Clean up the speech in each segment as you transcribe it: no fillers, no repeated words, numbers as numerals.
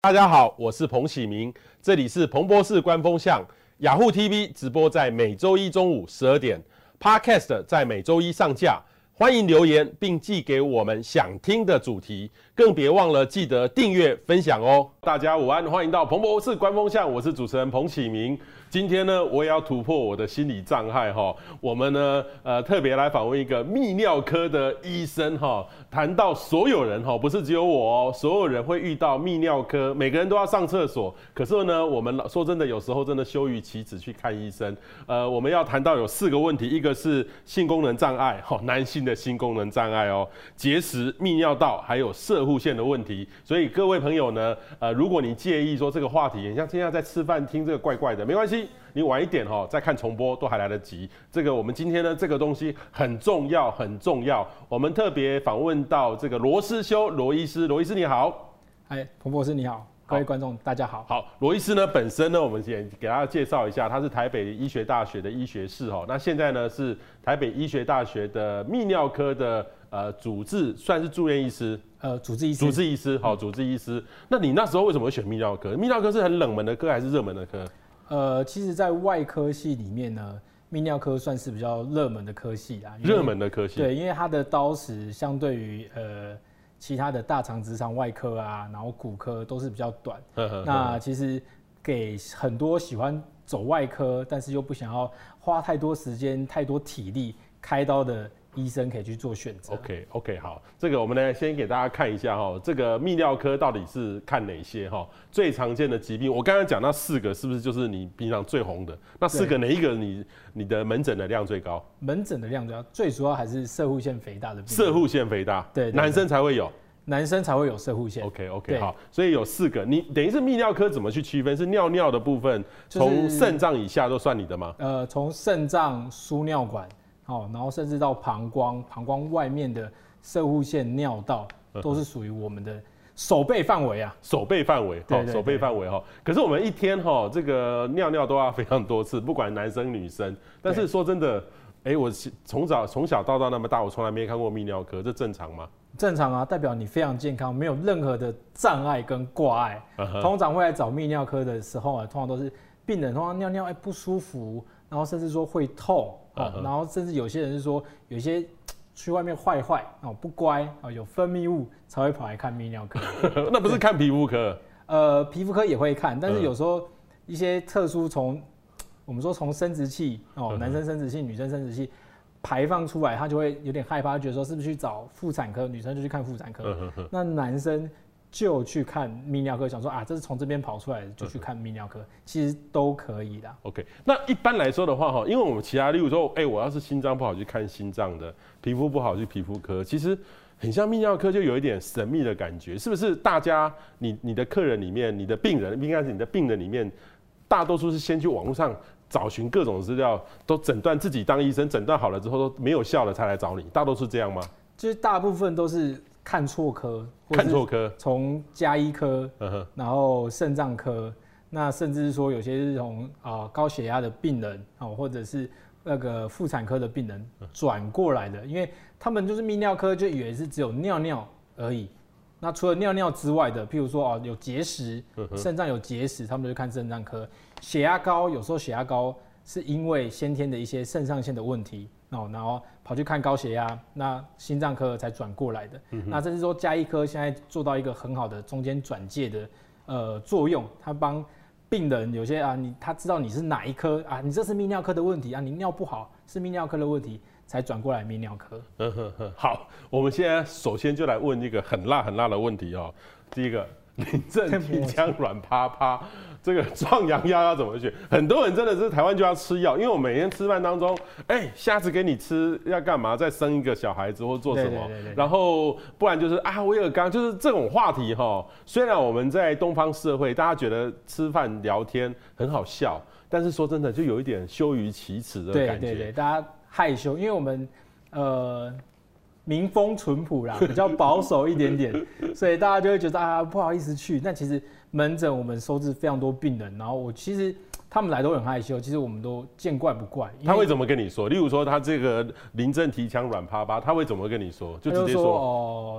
大家好，我是彭启明，这里是彭博士官风向雅虎 TV 直播在每周一中午12点 ，Podcast 在每周一上架。欢迎留言并寄给我们想听的主题，更别忘了记得订阅分享哦。大家午安，欢迎到彭博士官风向，我是主持人彭启明。今天呢，我也要突破我的心理障碍哈。我们呢，特别来访问一个泌尿科的医生哈。谈到所有人哈，不是只有我哦，所有人会遇到泌尿科，每个人都要上厕所。可是呢，我们说真的，有时候真的羞于启齿去看医生。我们要谈到有4个问题，一个是性功能障碍哈，男性的性功能障碍哦，结石、泌尿道还有射护腺的问题。所以各位朋友呢，如果你介意说这个话题，你像现在在吃饭听这个怪怪的，没关系。你晚一点哈，再看重播都还来得及。这个我们今天呢，这个东西很重要，很重要。我们特别访问到这个罗思修罗医师，罗医师你好。 嗨，彭博士你好，各位观众大家好。 好，罗医师呢本身呢，我们先给大家介绍一下，他是台北医学大学的医学士哈。那现在呢是台北医学大学的泌尿科的主治，算是住院医师。 主治医师。 主治医师，好，主治医师。那你那时候为什么会选泌尿科？泌尿科是很冷门的科还是热门的科？ 其实，在外科系里面呢，泌尿科算是比较热门的科系啦。 热门的科系。 对，因为它的刀时相对于其他的大肠直肠外科啊，然后骨科都是比较短。那其实给很多喜欢走外科，但是又不想要花太多时间、太多体力开刀的医生可以去做选择。 OK， 好，这个我们呢先给大家看一下哈，这个泌尿科到底是看哪些哈？最常见的疾病，我刚刚讲那4个是不是就是你平常最红的？那4个哪一个你的门诊的量最高？ 门诊的量最主要还是射护腺肥大的病人。 射护腺肥大， 对， 男生才会有。 男生才会有射护腺。 OK， 好，所以有4个。你等于是泌尿科怎么去区分？是尿尿的部分，从肾脏以下都算你的吗？ 从肾脏、输尿管，然后甚至到膀胱外面的射护腺、尿道，都是属于我们的守备范围啊。 守备范围，守备范围哈。可是我们一天哈，这个尿都要非常多次，不管男生女生。但是说真的，我从小到大那么大，我从来没看过泌尿科，这正常吗？ 正常啊，代表你非常健康，没有任何的障碍跟挂碍。通常会来找泌尿科的时候啊，通常都是病人通常尿不舒服，然后甚至说会痛，然后甚至有些人是说有一些去外面坏不乖有分泌物才会跑来看泌尿科。 那不是看皮肤科？ 皮肤科也会看，但是有时候一些特殊我们说从生殖器男生生殖器、女生生殖器排放出来，他就会有点害怕，觉得说是不是去找妇产科，女生就去看妇产科，那男生就去看泌尿科，想说这是从这边跑出来的，就去看泌尿科，其实都可以的。 OK， 那一般来说的话因为我们其他例如说，我要是心脏不好去看心脏的，皮肤不好去皮肤科，其实很像泌尿科，就有一点神秘的感觉，是不是？大家你的客人里面，你的病人应该是你的病人里面，大多数是先去网络上找寻各种资料，都诊断自己当医生，诊断好了之后都没有效了才来找你，大多数这样吗？ 就是大部分都是看错科，从家医科，然后肾脏科，那甚至是说有些是从高血压的病人或者是那个妇产科的病人转过来的，因为他们就是泌尿科就以为是只有尿而已。那除了尿之外的，譬如说有结石，肾脏有结石，他们就看肾脏科。血压高，有时候血压高是因为先天的一些肾上腺的问题，然后跑去看高血压，那心脏科才转过来的。那甚至说家医科现在做到一个很好的中间转介的作用，他帮病人有些他知道你是哪一科你这是泌尿科的问题你尿不好是泌尿科的问题。才转过来泌尿科。 好，我们现在首先就来问一个很辣的问题第一个，临阵提枪软趴趴，这个壮阳药要怎么选？很多人真的是台湾就要吃药，因为我每天吃饭当中，下次给你吃要干嘛？再生一个小孩子或做什么？然后不然就是威尔刚，就是这种话题虽然我们在东方社会，大家觉得吃饭聊天很好笑，但是说真的，就有一点羞于启齿的感觉。 对，大家害羞，因为我们民风淳朴啦，比较保守一点点，所以大家就会觉得不好意思去。但其实门诊我们收治非常多病人，然后其实他们来都很害羞，其实我们都见怪不怪。 他会怎么跟你说？例如说他这个临阵提枪软趴趴，他会怎么跟你说？就直接说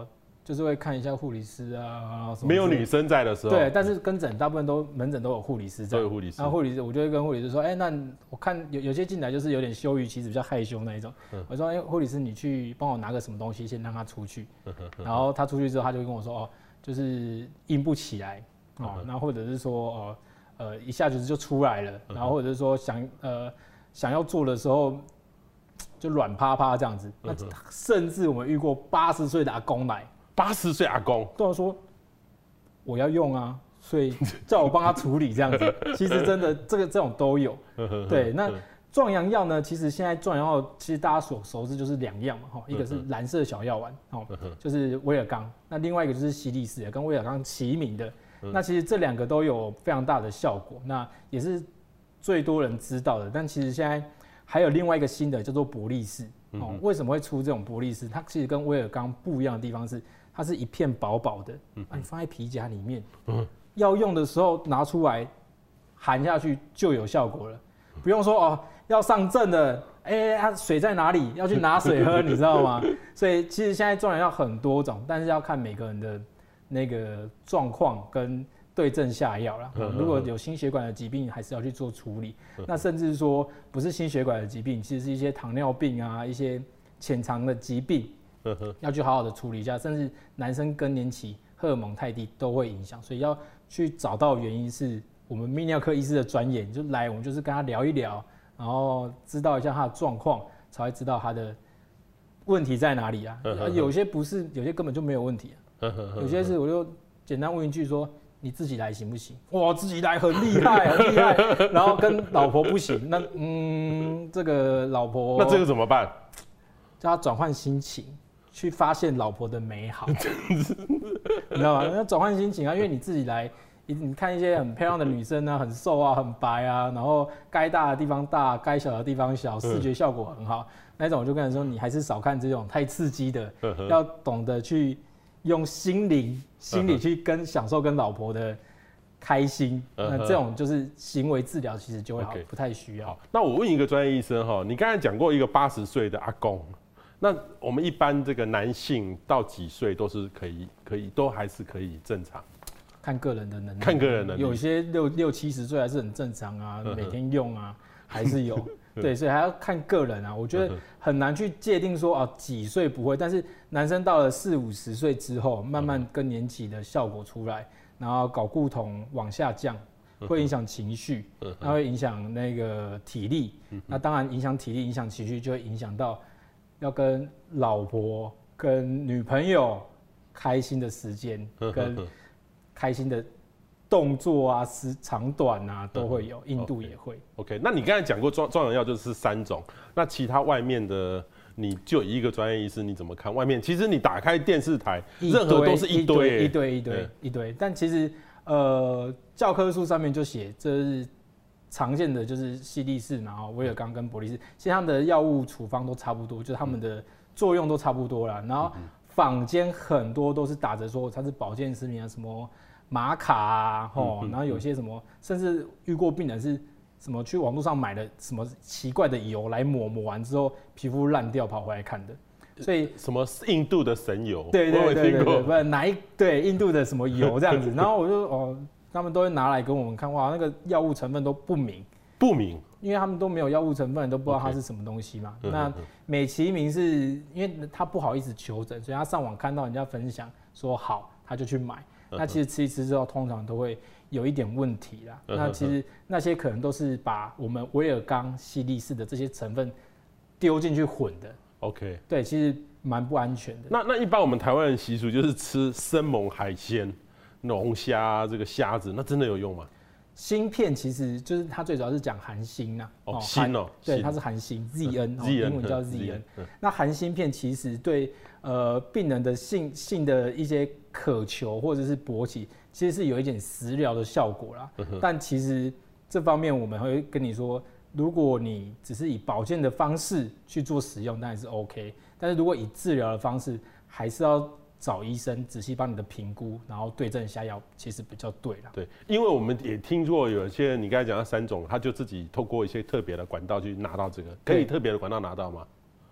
就是会看一下护理师啊， 没有女生在的时候， 对，但是跟诊大部分门诊都有护理师在， 都有护理师。 然后护理师我就会跟护理师说，那我看有些进来就是有点羞于启齿，比较害羞那一种，我说护理师你去帮我拿个什么东西，先让他出去，然后他出去之后他就会跟我说就是硬不起来然后或者是说一下子就出来了，然后或者是说想要做的时候。就软趴趴这样子，那甚至我们遇过80岁的阿公来 ，80岁阿公， 对我说我要用啊，所以叫我帮他处理这样子。其实真的这种都有，对。那壮阳药呢？其实现在壮阳药其实大家所熟知就是2样嘛，一个是蓝色小药丸，就是威尔刚，那另外一个就是西力士，跟威尔刚齐名的。那其实这2个都有非常大的效果，那也是最多人知道的。但其实现在还有另外一个新的叫做博利士，为什么会出这种博利士？它其实跟威尔刚不一样的地方是，它是一片薄薄的，你放在皮夹里面，要用的时候拿出来含下去就有效果了，不用说要上阵了，水在哪里？要去拿水喝，你知道吗？所以其实现在壮阳药很多种，但是要看每个人的那个状况跟对症下药啦。如果有心血管的疾病，还是要去做处理。那甚至说不是心血管的疾病，其实是一些糖尿病啊，一些潜藏的疾病，要去好好的处理一下。甚至男生更年期荷尔蒙太低都会影响，所以要去找到原因是我们泌尿科医师的专业，就来我们就是跟他聊一聊，然后知道一下他的状况，才会知道他的问题在哪里啊。有些不是，有些根本就没有问题有些是我就简单问一句说。你自己来行不行？哇，自己来很厉害，很厉害。然后跟老婆不行，那这个老婆， 那这个怎么办？ 叫他转换心情，去发现老婆的美好，你知道吗？要转换心情啊，因为你自己来，你看一些很漂亮的女生啊，很瘦啊，很白啊，然后该大的地方大，该小的地方小，视觉效果很好。那种我就跟人说，你还是少看这种太刺激的，要懂得去。用心理去享受跟老婆的开心，那这种就是行为治疗，其实就会好，不太需要。 好，那我问一个专业医生哈，你刚才讲过一个80岁的阿公，那我们一般这个男性到几岁都是可以都还是可以正常？ 看个人的能力， 看个人能力， 有些60-70岁还是很正常啊，每天用啊还是有。对，所以还要看个人啊，我觉得很难去界定说几岁不会，但是男生到了40-50岁之后，慢慢更年期的效果出来，然后睾固酮往下降，会影响情绪，那会影响那个体力，那当然影响体力、影响情绪，就会影响到要跟老婆、跟女朋友开心的时间，跟开心的。动作啊，长短啊都会有，印度也会。 OK， 那你刚才讲过壮阳药就是3种，那其他外面的你就一个专业医师你怎么看？外面其实你打开电视台，任何都是一堆。但其实教科书上面就写这是常见的，就是西力士，然后威尔刚跟博利士，其实他们的药物处方都差不多，就是他们的作用都差不多啦。然后坊间很多都是打着说它是保健食品啊什么。玛卡啊，然后有些什么，甚至遇过病人是什么去网络上买了什么奇怪的油来抹完之后皮肤烂掉跑回来看的，所以什么印度的神油， 对，不是对印度的什么油这样子，然后我就他们都会拿来跟我们看，哇，那个药物成分都不明，因为他们都没有药物成分，都不知道它是什么东西嘛。那美其名是因为他不好意思求诊，所以他上网看到人家分享说好，他就去买。那其实吃一吃之后，通常都会有一点问题啦。那其实那些可能都是把我们威尔刚、西力士的这些成分丢进去混的。 OK， 对，其实蛮不安全的。 那一般我们台湾人习俗就是吃生猛海鲜，龙虾、这个虾子，那真的有用吗？ 锌片其实就是它最主要是讲含锌啊， 锌哦， 对，它是含锌 ，ZN， 英文叫 ZN。那含锌片其实对病人的性的一些渴求或者是勃起，其实是有一点食疗的效果啦。但其实这方面我们会跟你说，如果你只是以保健的方式去做使用，当然是 OK。但是如果以治疗的方式，还是要找医生仔细帮你的评估，然后对症下药，其实比较对啦。 对，因为我们也听过有些人，你刚才讲到3种，他就自己透过一些特别的管道去拿到这个，可以特别的管道拿到吗？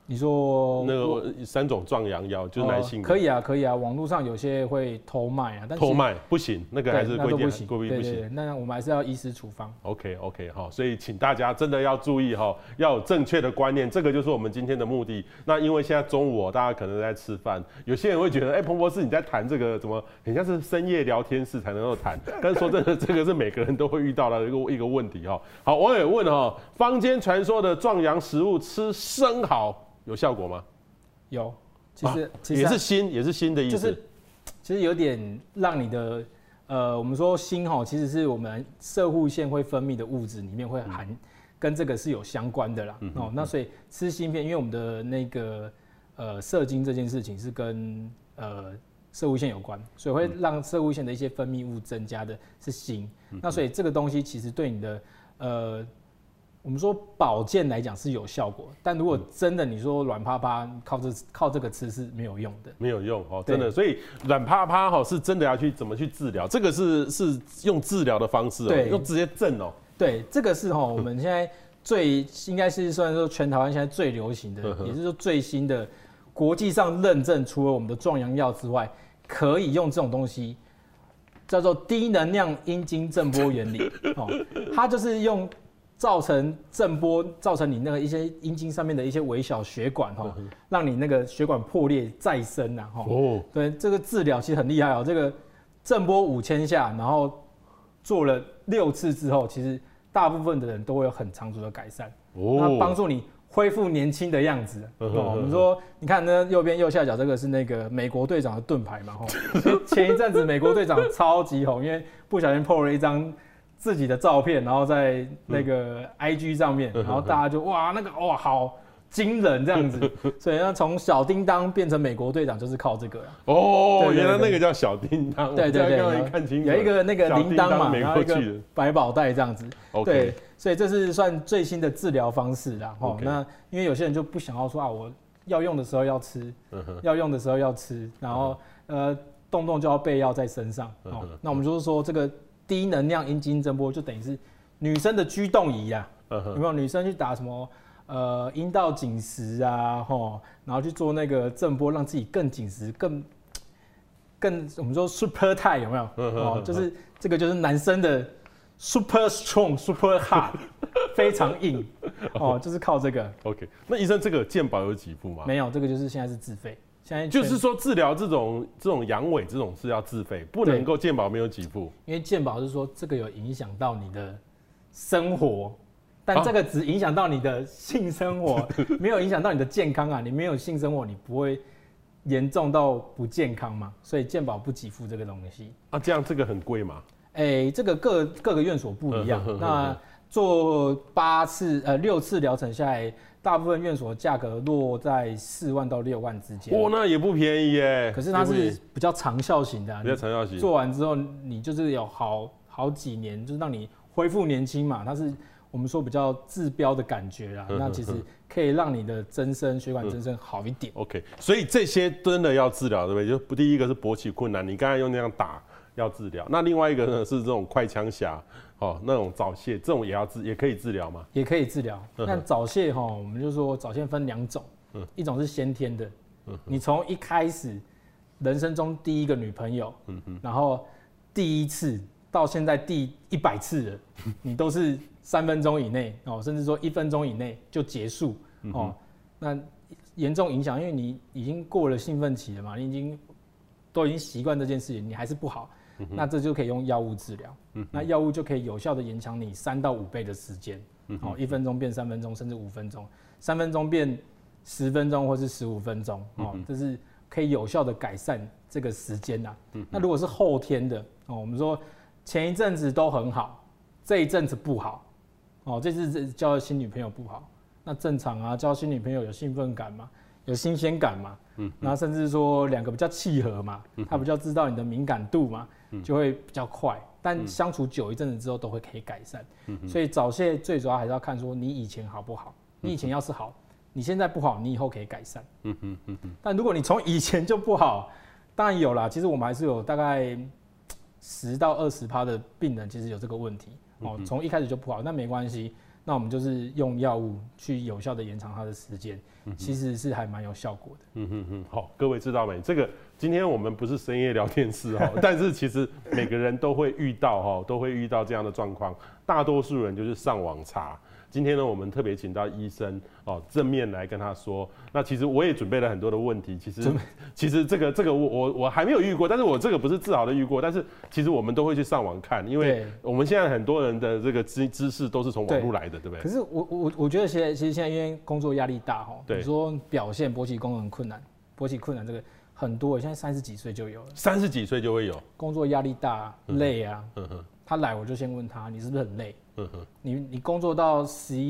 你说那个3种壮阳药，就是男性的。 可以啊，可以啊。网络上有些会偷卖啊，但偷卖不行，那个还是规定不行。那我们还是要医师处方。 OK， 好，所以请大家真的要注意哈，要有正确的观念，这个就是我们今天的目的。那因为现在中午大家可能在吃饭，有些人会觉得，彭博士你在谈这个怎么很像是深夜聊天室才能够谈，但是说真的，这个是每个人都会遇到的一个问题哈。好，网友问哈，坊间传说的壮阳食物吃生蚝有效果吗？ 有，其实也是新的意思， 就是其实有点让你的我们说锌其实是我们攝護腺会分泌的物质里面会含，跟这个是有相关的啦。那所以吃锌片，因为我们的那个摄精这件事情是跟攝護腺有关，所以会让攝護腺的一些分泌物增加的是锌。那所以这个东西其实对你的我们说保健来讲是有效果，但如果真的你说软趴趴靠这个吃是没有用的， 没有用哦，真的。所以软趴趴是真的要去怎么去治疗？这个是用治疗的方式哦，用直接震哦。 对，这个是我们现在应该是算说全台湾现在最流行的，也就是说最新的国际上认证，除了我们的壮阳药之外，可以用这种东西。叫做低能量阴茎震波原理，它就是用造成震波，造成你那个一些阴茎上面的一些微小血管让你那个血管破裂再生啊对，这个治疗其实很厉害这个震波5000下，然后做了6次之后，其实大部分的人都会有很长足的改善，那帮助你恢复年轻的样子。我们说，你看呢，右边右下角这个是那个美国队长的盾牌嘛前一阵子美国队长超级红，因为不小心 po 了一张自己的照片，然后在那个 IG 上面，然后大家就哇那个哇好惊人这样子，所以那从小叮当变成美国队长就是靠这个原来那个叫小叮当， 对， 看清楚有一个那个铃铛嘛，然后一个百宝袋这样子，对，所以这是算最新的治疗方式啦。那因为有些人就不想要说我要用的时候要吃，要用的时候要吃，然后动不动就要备药在身上那我们就是说这个低能量阴茎震波就等于是女生的居动仪啊，有没有女生去打什么阴道紧实啊，然后去做那个震波，让自己更紧实，更我们说 super tight 有没有？就是这个就是男生的 super strong、super hard， 非常硬就是靠这个。 OK， 那医生这个健保有给付吗？ 没有，这个就是现在是自费。现在就是说治疗这种阳痿这种是要自费，不能够健保没有给付。 因为健保是说这个有影响到你的生活。但这个只影响到你的性生活，没有影响到你的健康啊！你没有性生活，你不会严重到不健康嘛？所以健保不给付这个东西这样这个很贵吗？ 这个各个院所不一样。那做6次疗程下来，大部分院所价格落在4万到6万之间。 那也不便宜耶。 可是它是比较长效型的， 比较长效型。 做完之后，你就是有好几年，就是让你恢复年轻嘛。它是我们说比较治标的感觉啦，那其实可以让你的增生血管增生好一点。 OK， 所以这些真的要治疗，对不对？就第一个是勃起困难，你刚才用那样打要治疗。那另外一个呢是这种快枪侠，那种早泄，这种也可以治疗吗？ 也可以治疗。那早泄我们就说早泄分2种，一种是先天的，你从一开始人生中第一个女朋友，然后第1次到现在第100次了，你都是3分钟以内甚至说1分钟以内就结束那严重影响，因为你已经过了兴奋期了嘛，你都已经习惯这件事情，你还是不好，那这就可以用药物治疗。那药物就可以有效的延长你3到5倍的时间，1分钟变3分钟，甚至5分钟，3分钟变10分钟或是15分钟这是可以有效的改善这个时间啦。那如果是后天的我们说前一阵子都很好，这一阵子不好这次交了新女朋友不好，那正常啊，交新女朋友有兴奋感嘛，有新鲜感嘛，然后甚至说2个比较契合嘛，他比较知道你的敏感度嘛，就会比较快。但相处久一阵子之后都会可以改善。所以早泄最主要还是要看说你以前好不好，你以前要是好，你现在不好，你以后可以改善。但如果你从以前就不好，当然有啦，其实我们还是有大概10到20%的病人其实有这个问题从一开始就不好，那没关系， 那我们就是用药物去有效的延长它的时间，其实是还蛮有效果的。 好，各位知道没？这个今天我们不是深夜聊天室但是其实每个人都会遇到这样的状况，大多数人就是上网查。今天呢，我们特别请到医生正面来跟他说。那其实我也准备了很多的问题，其实这个我还没有遇过，但是我这个不是自豪的遇过，但是其实我们都会去上网看，因为我们现在很多人的这个知识都是从网络来的，对不对？ 可是我觉得其实现在因为工作压力大你说表现勃起功能困难，勃起困难这个很多，现在30几岁就有了 ，30几岁就会有，工作压力大累啊，他来我就先问他你是不是很累？你工作到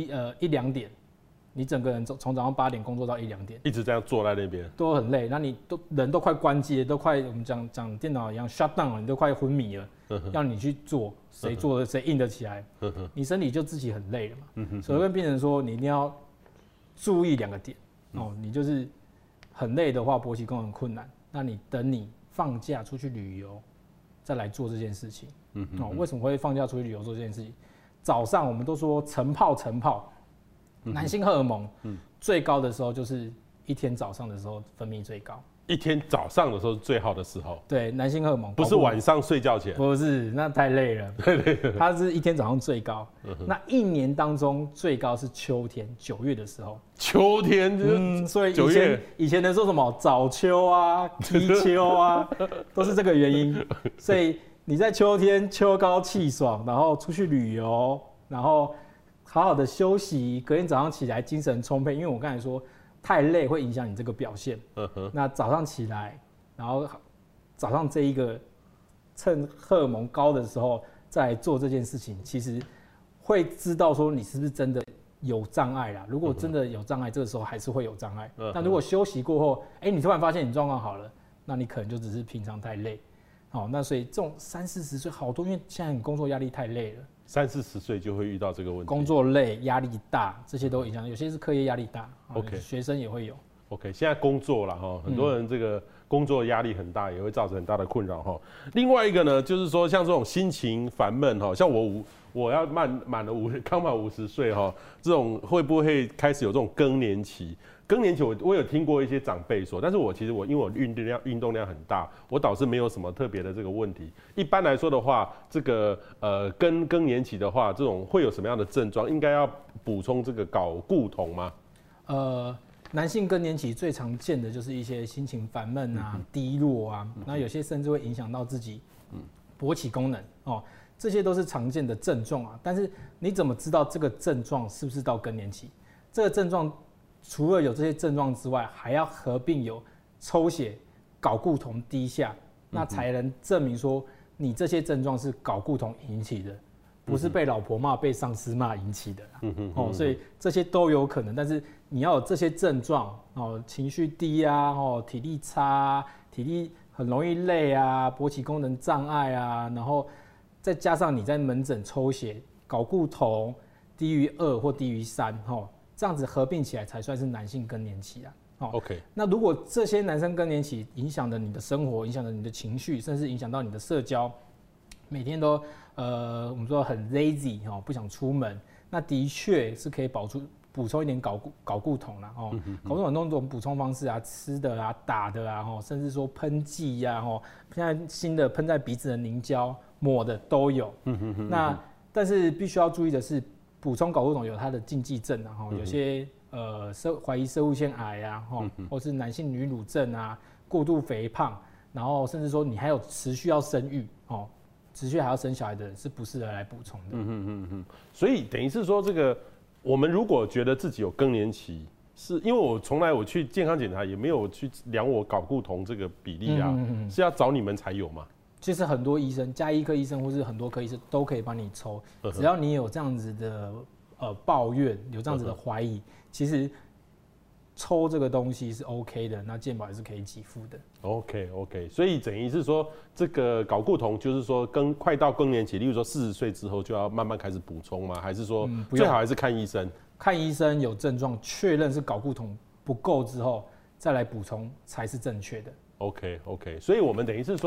1、2点，你整个人从早上8点工作到1、2点， 一直这样坐在那边， 都很累。那你人都快关机了，都快我们讲电脑一样 shut down 了，你都快昏迷了。要你去做，谁做的谁硬得起来？你身体就自己很累了嘛。所以跟病人说，你一定要注意2个点你就是很累的话，勃起功能困难，那你等你放假出去旅游再来做这件事情。为什么会放假出去旅游做这件事情？早上我们都说晨泡，男性荷尔蒙最高的时候就是一天早上的时候分泌最高。一天早上的时候是最好的时候。对，男性荷尔蒙不是晚上睡觉前。不是，那太累了。它是一天早上最高。那一年当中最高是秋天9月的时候。秋天所以以前的说什么早秋啊、低秋啊，都是这个原因。所以你在秋天秋高气爽，然后出去旅游，然后好好的休息，隔天早上起来精神充沛。因为我刚才说太累会影响你这个表现。那早上起来，然后早上这一个趁荷尔蒙高的时候再来做这件事情，其实会知道说你是不是真的有障碍啦。如果真的有障碍，这个时候还是会有障碍。但如果休息过后，你突然发现你状况好了，那你可能就只是平常太累。那所以这种30、40岁好多，因为现在你工作压力太累了，30、40岁就会遇到这个问题。工作累、压力大，这些都影响。有些是课业压力大，OK， 学生也会有。OK， 现在工作了很多人这个工作压力很大，也会造成很大的困扰另外一个呢，就是说像这种心情烦闷像我要刚满50岁这种会不会开始有这种更年期？更年期我有听过一些长辈说，但是其实因为我运动量很大，我倒是没有什么特别的这个问题。一般来说的话，这个更年期的话，这种会有什么样的症状？应该要补充这个睾固酮吗？男性更年期最常见的就是一些心情烦闷啊、低落啊，那有些甚至会影响到自己勃起功能这些都是常见的症状啊。但是你怎么知道这个症状是不是到更年期？这个症状除了有这些症状之外，还要合并有抽血、睾固酮低下，那才能证明说你这些症状是睾固酮引起的，不是被老婆骂、被上司骂引起的所以这些都有可能，但是你要有这些症状情绪低啊体力差啊、体力很容易累啊、勃起功能障碍啊，然后再加上你在门诊抽血睾固酮低于2或低于3这样子合并起来才算是男性更年期啊。OK， 那如果这些男生更年期影响了你的生活，影响了你的情绪，甚至影响到你的社交，每天都我们说很 lazy 不想出门，那的确是可以补充一点睾固酮啦睾固酮很多种补充方式啊，吃的啊、打的啊甚至说喷剂啊现在新的喷在鼻子的凝胶、抹的都有。那但是必须要注意的是，补充睾固酮有它的禁忌症有些怀疑攝護腺癌啊或是男性女乳症啊、过度肥胖，然后甚至说你还有持续要生育持续还要生小孩的人是不适合来补充的。所以等于是说，这个我们如果觉得自己有更年期，是因为我从来我去健康检查也没有去量我睾固酮这个比例啊，是要找你们才有吗？其实很多医生，家医科医生或是很多科医生都可以帮你抽，只要你有这样子的抱怨，有这样子的怀疑，其实抽这个东西是 OK 的，那健保也是可以给付的。OK， 所以等于是说，这个睾固酮就是说快到更年期，例如说40岁之后就要慢慢开始补充吗？还是说最好还是看医生？看医生有症状，确认是睾固酮不够之后，再来补充才是正确的。OK， 所以我们等于是说，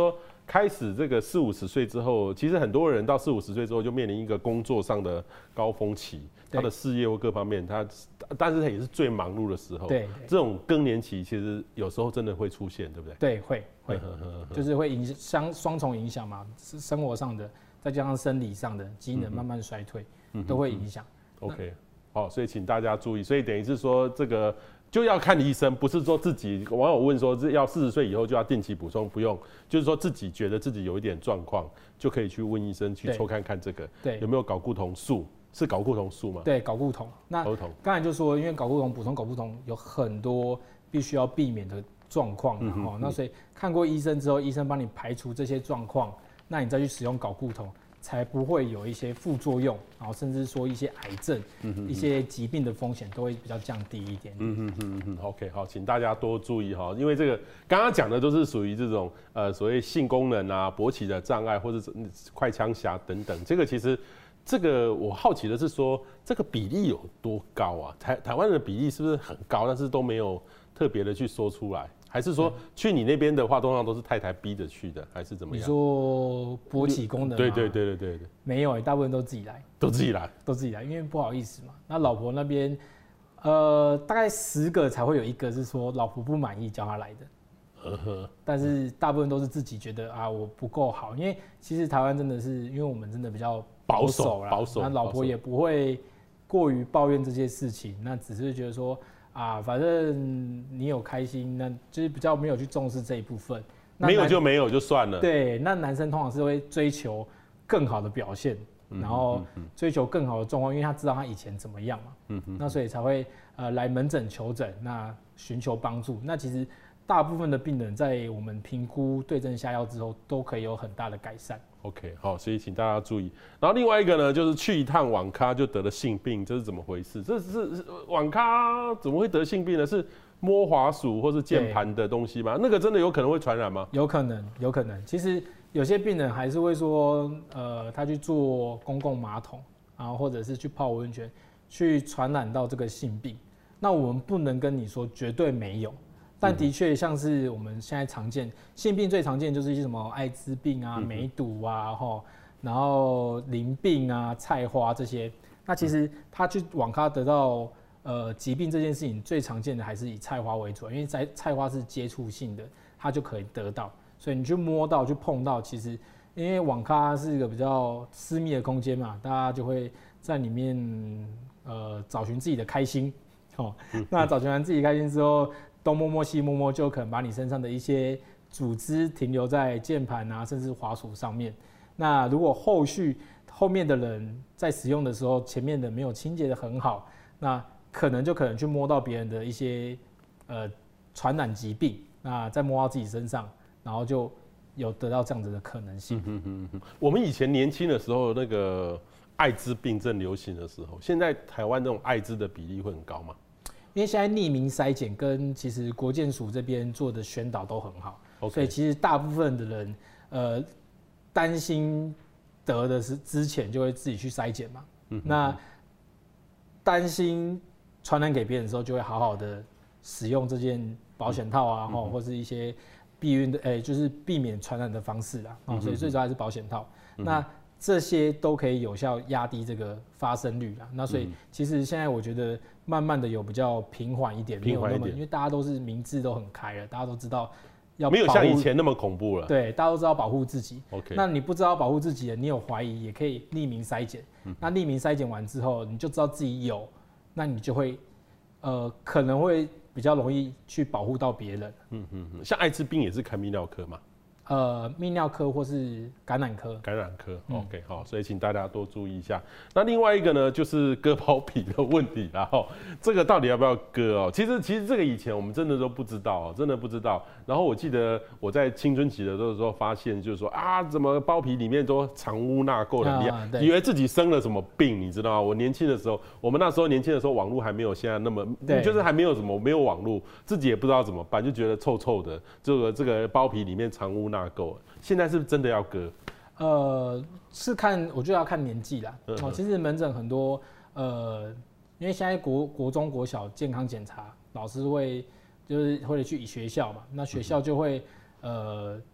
开始这个40、50岁之后，其实很多人到40、50岁之后就面临一个工作上的高峰期，他的事业或各方面，但是他也是最忙碌的时候。对，这种更年期其实有时候真的会出现，对不对？ 对，会，就是会影响双重影响嘛，生活上的，再加上生理上的机能慢慢衰退，都会影响。 OK， 好，所以请大家注意，所以等于是说这个。就要看医生，不是说自己。网友问说，要40岁以后就要定期补充，不用，就是说自己觉得自己有一点状况，就可以去问医生去抽看看这个，有没有睾固酮素，是睾固酮素吗？ 对，睾固酮。那刚才就说，因为睾固酮补充睾固酮有很多必须要避免的状况，那所以看过医生之后，医生帮你排除这些状况，那你再去使用睾固酮。才不会有一些副作用，然后甚至说一些癌症、一些疾病的风险都会比较降低一点。 OK， 好，请大家多注意哈，因为这个刚刚讲的都是属于这种所谓性功能啊、勃起的障碍或者快枪侠等等。这个其实这个我好奇的是说，这个比例有多高啊？台湾的比例是不是很高，但是都没有特别的去说出来？还是说去你那边的话，通常都是太太逼着去的，还是怎么样？ 你说勃起功能？ 对， 没有，大部分都自己来，都自己来，因为不好意思嘛。那老婆那边，大概10个才会有1个是说老婆不满意叫他来的，但是大部分都是自己觉得啊我不够好，因为其实台湾真的是因为我们真的比较保守，那老婆也不会过于抱怨这些事情，那只是觉得说。反正你有开心，那就是比较没有去重视这一部分。 没有就没有就算了。 对，那男生通常是会追求更好的表现，然后追求更好的状况，因为他知道他以前怎么样嘛。那所以才会来门诊求诊，那寻求帮助。那其实大部分的病人在我们评估对症下药之后，都可以有很大的改善。 OK， 好，所以请大家注意。然后另外一个呢，就是去一趟网咖就得了性病，这是怎么回事？这是网咖怎么会得性病呢？是摸滑鼠或是键盘的东西吗？那个真的有可能会传染吗？ 有可能。其实有些病人还是会说，他去坐公共马桶，然后或者是去泡温泉，去传染到这个性病。那我们不能跟你说绝对没有。但的确，像是我们现在常见性病最常见就是一些什么艾滋病啊、梅毒啊，然后淋病啊、菜花这些。那其实他去网咖得到疾病这件事情，最常见的还是以菜花为主，因为菜花是接触性的，它就可以得到。所以你去摸到、去碰到，其实因为网咖是一个比较私密的空间嘛，大家就会在里面找寻自己的开心。那找寻完自己开心之后。东摸摸西摸摸，就可能把你身上的一些组织停留在键盘啊，甚至滑鼠上面。那如果后面的人在使用的时候，前面的没有清洁的很好，那可能去摸到别人的一些传染疾病，那再摸到自己身上，然后就有得到这样子的可能性。 我们以前年轻的时候，那个艾滋病正流行的时候，现在台湾这种艾滋的比例会很高吗？ 因为现在匿名筛检跟其实国健署这边做的宣导都很好，所以其实大部分的人担心得的是之前就会自己去筛检嘛，那担心传染给别人的时候就会好好的使用这件保险套啊，或是一些避孕的就是避免传染的方式啦，所以最主要还是保险套。那这些都可以有效压低这个发生率啦。那所以其实现在我觉得慢慢的有比较平缓一点，没有那么，因为大家都是明智都很开了，大家都知道要没有像以前那么恐怖了。 对，大家都知道保护自己。 OK， 那你不知道保护自己的，你有怀疑也可以匿名筛检。那匿名筛检完之后，你就知道自己有，那你就会可能会比较容易去保护到别人。 像艾滋病也是看泌尿科嘛。 泌尿科或是感染科。 OK， 好，所以请大家多注意一下。那另外一个呢，就是割包皮的问题啦。这个到底要不要割哦？其实这个以前我们真的都不知道，真的不知道。然后我记得我在青春期的时候发现，就是说怎么包皮里面都藏污纳垢的，以为自己生了什么病，你知道吗？我年轻的时候，我们那时候年轻的时候，网络还没有现在那么，就是还没有没有网络，自己也不知道怎么办，就觉得臭臭的，这个包皮里面藏污纳垢。现在是不是真的要割？ 是看，我就要看年纪啦。其实门诊很多，因为现在国中国小健康检查，老师会去学校嘛，那学校就会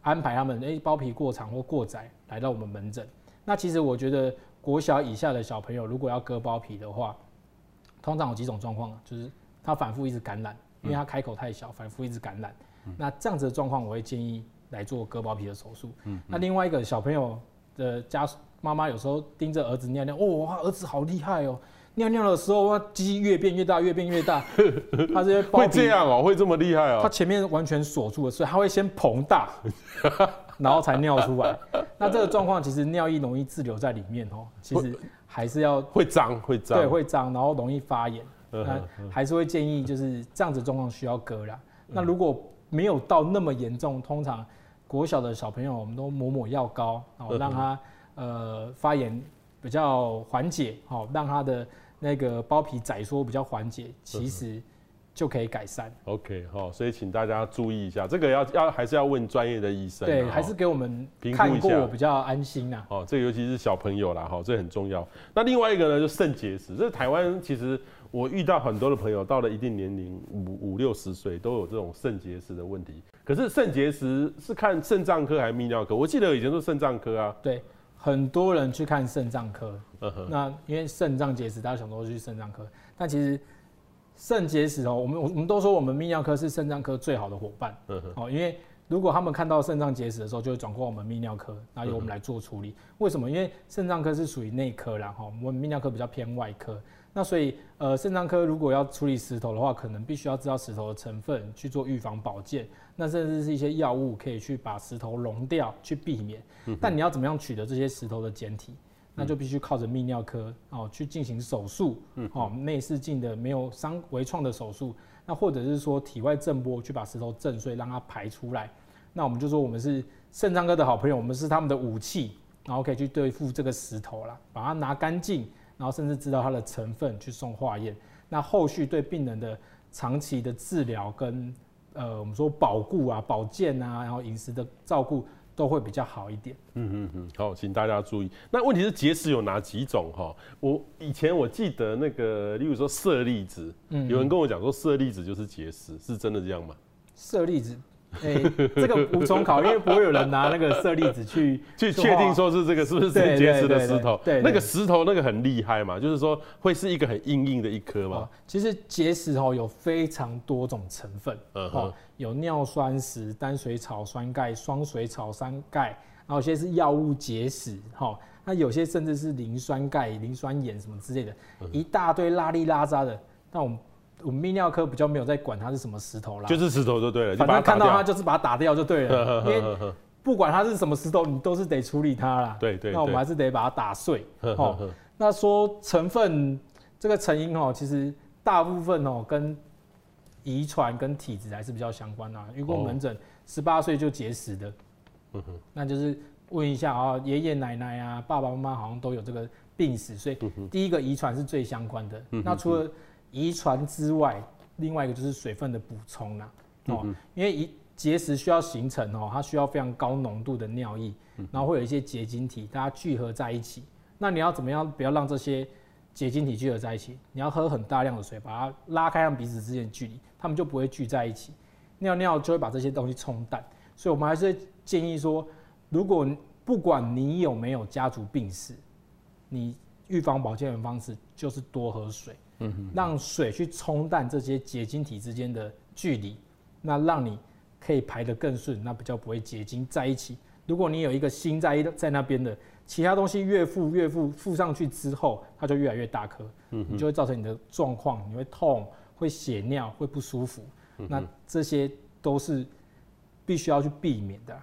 安排他们包皮过长或过窄来到我们门诊。那其实我觉得国小以下的小朋友如果要割包皮的话，通常有几种状况，就是他反复一直感染，因为他开口太小，反复一直感染。那这样子的状况，我会建议来做割包皮的手术。那另外一个小朋友的家属妈妈有时候盯着儿子尿尿，哇，儿子好厉害哦！尿尿的时候，哇，鸡鸡越变越大，越变越大。他这些包皮会这样哦，会这么厉害哦。 他前面完全锁住了，所以他会先膨大，然后才尿出来。那这个状况其实尿液容易滞留在里面哦，其实还是要会脏， 对，会脏，然后容易发炎。那还是会建议就是这样子状况需要割啦。那如果没有到那么严重，通常国小的小朋友我们都抹药膏，然后让他发炎比较缓解，好，让他的那个包皮窄缩比较缓解，其实就可以改善。 OK， 好，所以请大家注意一下，这个还是要问专业的医生， 对，还是给我们看过比较安心啊。 哦，这个尤其是小朋友啦，哈，这很重要。那另外一个呢，就肾结石，这台湾其实我遇到很多的朋友，到了一定年龄，5、60岁都有这种肾结石的问题。可是肾结石是看肾脏科还是泌尿科？我记得以前都肾脏科啊。 对。很多人去看肾脏科，那因为肾脏结石，大家想说去肾脏科，但其实肾结石我们都说我们泌尿科是肾脏科最好的伙伴，因为如果他们看到肾脏结石的时候，就会转过我们泌尿科，然后由我们来做处理。为什么？因为肾脏科是属于内科啦，我们泌尿科比较偏外科。那所以肾脏科如果要处理石头的话，可能必须要知道石头的成分，去做预防保健。那甚至是一些药物可以去把石头溶掉，去避免。但你要怎么样取得这些石头的简体？那就必须靠着泌尿科去进行手术，内视镜的没有微创的手术，那或者是说体外震波去把石头震碎，让它排出来。那我们就说我们是肾脏科的好朋友，我们是他们的武器，然后可以去对付这个石头啦，把它拿干净，然后甚至知道它的成分去送化验。那后续对病人的长期的治疗跟我们说保固啊、保健啊，然后饮食的照顾都会比较好一点。 好，请大家注意。那问题是结石有哪几种哈？以前我记得那个，例如说舍利子，有人跟我讲说舍利子就是结石，是真的这样吗？ 舍利子。这个无从考，因为不会有人拿那个舍利子去确定说是这个是不是肾结石的石头。 对， 那个石头那个很厉害嘛，就是说会是一个很硬的一颗嘛。 其实结石有非常多种成分，有尿酸石、单水草酸钙、双水草酸钙，然后有些是药物结石，那有些甚至是磷酸钙、磷酸盐什么之类的，一大堆拉里拉扎的。但我们泌尿科比较没有在管它是什么石头啦， 就是石头就对了， 反正看到它就是把它打掉就对了，因为不管它是什么石头，你都是得处理它啦。 对， 那我们还是得把它打碎。那说成分这个成因其实大部分跟遗传跟体质还是比较相关啦。如果门诊18岁就结石的，那就是问一下爷爷奶奶啊、爸爸妈妈好像都有这个病史，所以第一个遗传是最相关的。那除了遗传之外，另外一个就是水分的补充啦。因为结石需要形成它需要非常高浓度的尿液，然后会有一些结晶体，大家聚合在一起。那你要怎么样不要让这些结晶体聚合在一起？你要喝很大量的水，把它拉开他们彼此之间的距离，他们就不会聚在一起。尿尿就会把这些东西冲淡。所以我们还是会建议说，如果不管你有没有家族病史，你预防保健的方式就是多喝水。让水去冲淡这些结晶体之间的距离，那让你可以排得更顺，那比较不会结晶在一起。如果你有一个心在那边的，其他东西越附上去之后，它就越来越大颗，你就会造成你的状况，你会痛、会血尿、会不舒服。那这些都是必须要去避免的。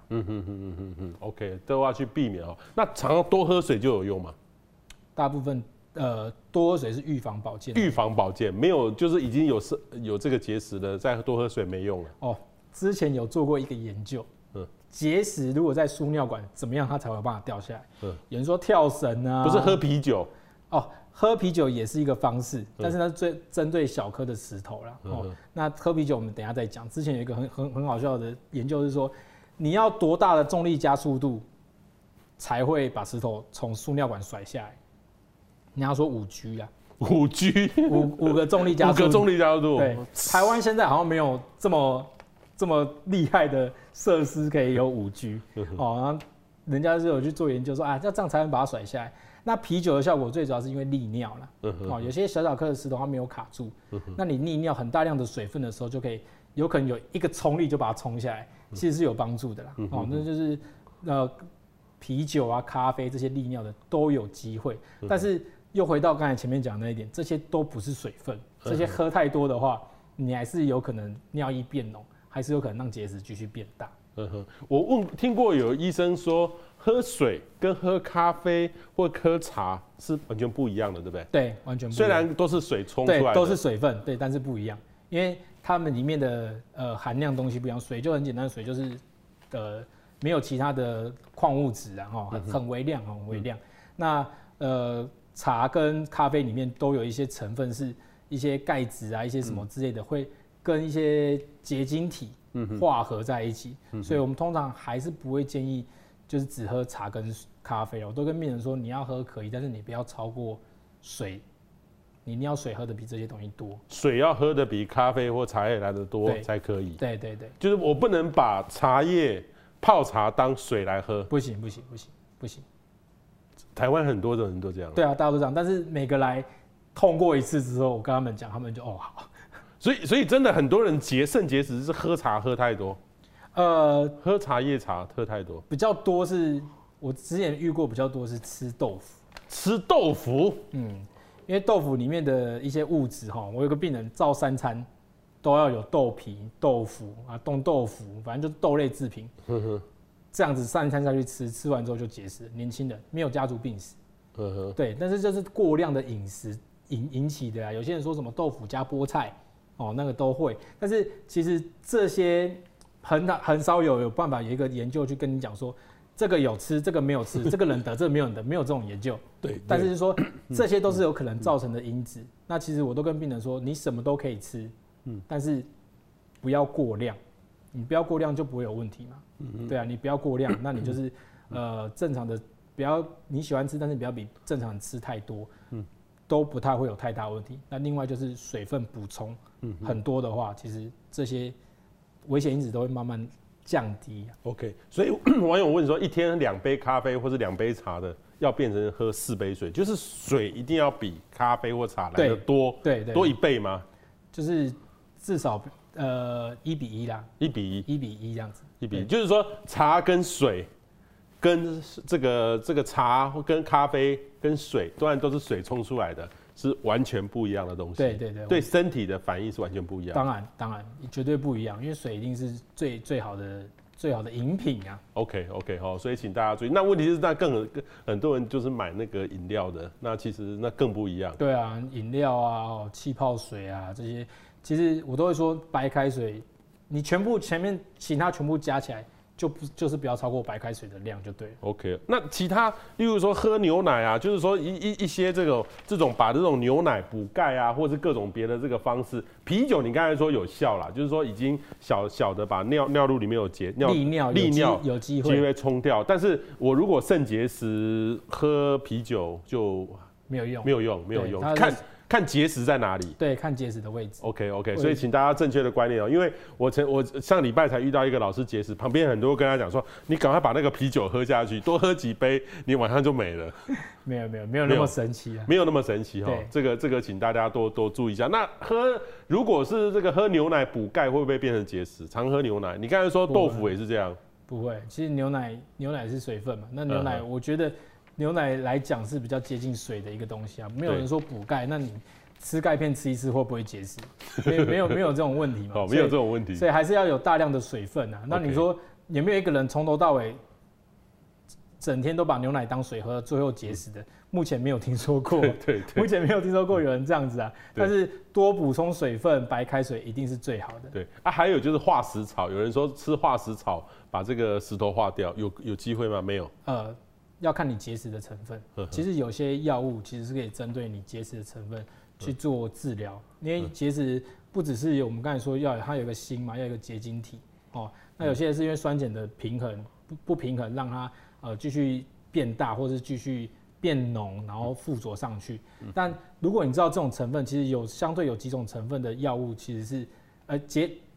OK， 都要去避免那常常多喝水就有用吗？ 大部分。多喝水是预防保健， 预防保健没有，就是已经有这个结石了，再多喝水没用了。 之前有做过一个研究，结石如果在输尿管怎么样，它才会有办法掉下来？有人说跳绳啊， 不是喝啤酒喝啤酒也是一个方式，但是它是最针对小颗的石头啦。那喝啤酒我们等一下再讲。之前有一个很好笑的研究是说，你要多大的重力加速度才会把石头从输尿管甩下来？你要说5G 啊 ，5G， 5个重力加速度， 对， 台湾现在好像没有这么这么厉害的设施可以有5G 哦，然后人家是有去做研究说啊，要这样才能把它甩下来。那啤酒的效果最主要是因为利尿啦，哦，有些小小颗的石头它没有卡住，那你利尿很大量的水分的时候，就可以有可能有一个冲力就把它冲下来，其实是有帮助的啦。哦，那就是啤酒啊、咖啡这些利尿的都有机会，但是又回到刚才前面讲的那一点，这些都不是水分，这些喝太多的话，你还是有可能尿液变浓，还是有可能让结石继续变大。 我听过有医生说，喝水跟喝咖啡或喝茶是完全不一样的，对不对？ 对，完全不一样。 虽然都是水冲出来的， 对，都是水分，对，但是不一样，因为它们里面的含量东西不一样。水就很简单，水就是没有其他的矿物质啊，很微量，很微量。那茶跟咖啡里面都有一些成分是一些钙质啊，一些什么之类的，会跟一些结晶体化合在一起，所以我们通常还是不会建议就是只喝茶跟咖啡。我都跟病人说，你要喝可以，但是你不要超过水，你一定要水喝的比这些东西多， 水要喝的比咖啡或茶叶来的多才可以。 对对对， 就是我不能把茶叶泡茶当水来喝， 不行。 台湾很多人都这样。 对啊，大家都这样，但是每个来痛过一次之后，我跟他们讲，他们就好。 所以真的很多人肾结石是喝茶喝太多，喝茶叶茶喝太多。 比较多是我之前遇过比较多是吃豆腐。 吃豆腐？ 因为豆腐里面的一些物质哈，我有个病人照3餐都要有豆皮、豆腐啊、冻豆腐，反正就是豆类制品。这样子3餐下去吃完之后就结石，年轻人没有家族病史。对，但是这是过量的饮食引起的啊。有些人说什么豆腐加菠菜。那个都会，但是其实这些很少有办法有一个研究去跟你讲说，这个有吃，这个没有吃，这个人得，这个没有人得，没有这种研究。 对， 但是说这些都是有可能造成的因子。那其实我都跟病人说，你什么都可以吃，但是不要过量，你不要过量就不会有问题嘛。对啊，你不要过量，那你就是正常的，不要你喜欢吃，但是不要比正常人吃太多。都不太会有太大问题。那另外就是水分补充很多的话，其实这些危险因子都会慢慢降低。 OK， 所以网友问说，一天2杯咖啡或是2杯茶的，要变成喝4杯水，就是水一定要比咖啡或茶来的多， 对， 多1倍吗？ 就是至少1比1啦，1比1这样子。 1比1，就是说茶跟水。跟这个茶跟咖啡跟水，当然都是水冲出来的，是完全不一样的东西。 对， 对身体的反应是完全不一样。 当然，绝对不一样，因为水一定是最好的饮品啊。 OK， 好，所以请大家注意。那问题是，那很多人就是买那个饮料的，那其实那更不一样。 对啊，饮料啊、气泡水啊这些，其实我都会说白开水，你全部前面其他全部加起来。就是不要超过白开水的量就对了。 OK， 那其他，例如说喝牛奶啊，就是说一些这种把这种牛奶补钙啊，或是各种别的这个方式。啤酒你刚才说有效啦，就是说已经小的把尿路里面有利尿有机会冲掉。但是我如果肾结石喝啤酒就没有用，看结石在哪里？ 对，看结石的位置。 OK， 所以请大家正确的观念哦，因为我上礼拜才遇到一个老师结石，旁边很多跟他讲说，你赶快把那个啤酒喝下去，多喝几杯，你晚上就没了。 没有那么神奇啊， 没有那么神奇哈。这个请大家多注意一下。那如果是这个喝牛奶补钙，会不会变成结石？常喝牛奶，你刚才说豆腐也是这样？ 不会，其实牛奶是水分嘛，那牛奶我觉得。牛奶来讲是比较接近水的一个东西啊，没有人说补钙，那你吃钙片吃一次会不会结石？没有这种问题嘛？ 没有这种问题， 所以还是要有大量的水分啊。那你说有没有一个人从头到尾整天都把牛奶当水喝，最后结石的？目前没有听说过， 对， 目前没有听说过有人这样子啊。但是多补充水分，白开水一定是最好的。 对啊，还有就是化石草，有人说吃化石草把这个石头化掉，有机会吗？没有。 要看你结石的成分，其实有些药物其实是可以针对你结石的成分去做治疗，因为结石不只是我们刚才说它有一个锌嘛，要有一个结晶体那有些是因为酸碱的平衡不平衡，让它继续变大，或是继续变浓，然后附着上去。但如果你知道这种成分，其实相对有几种成分的药物其实是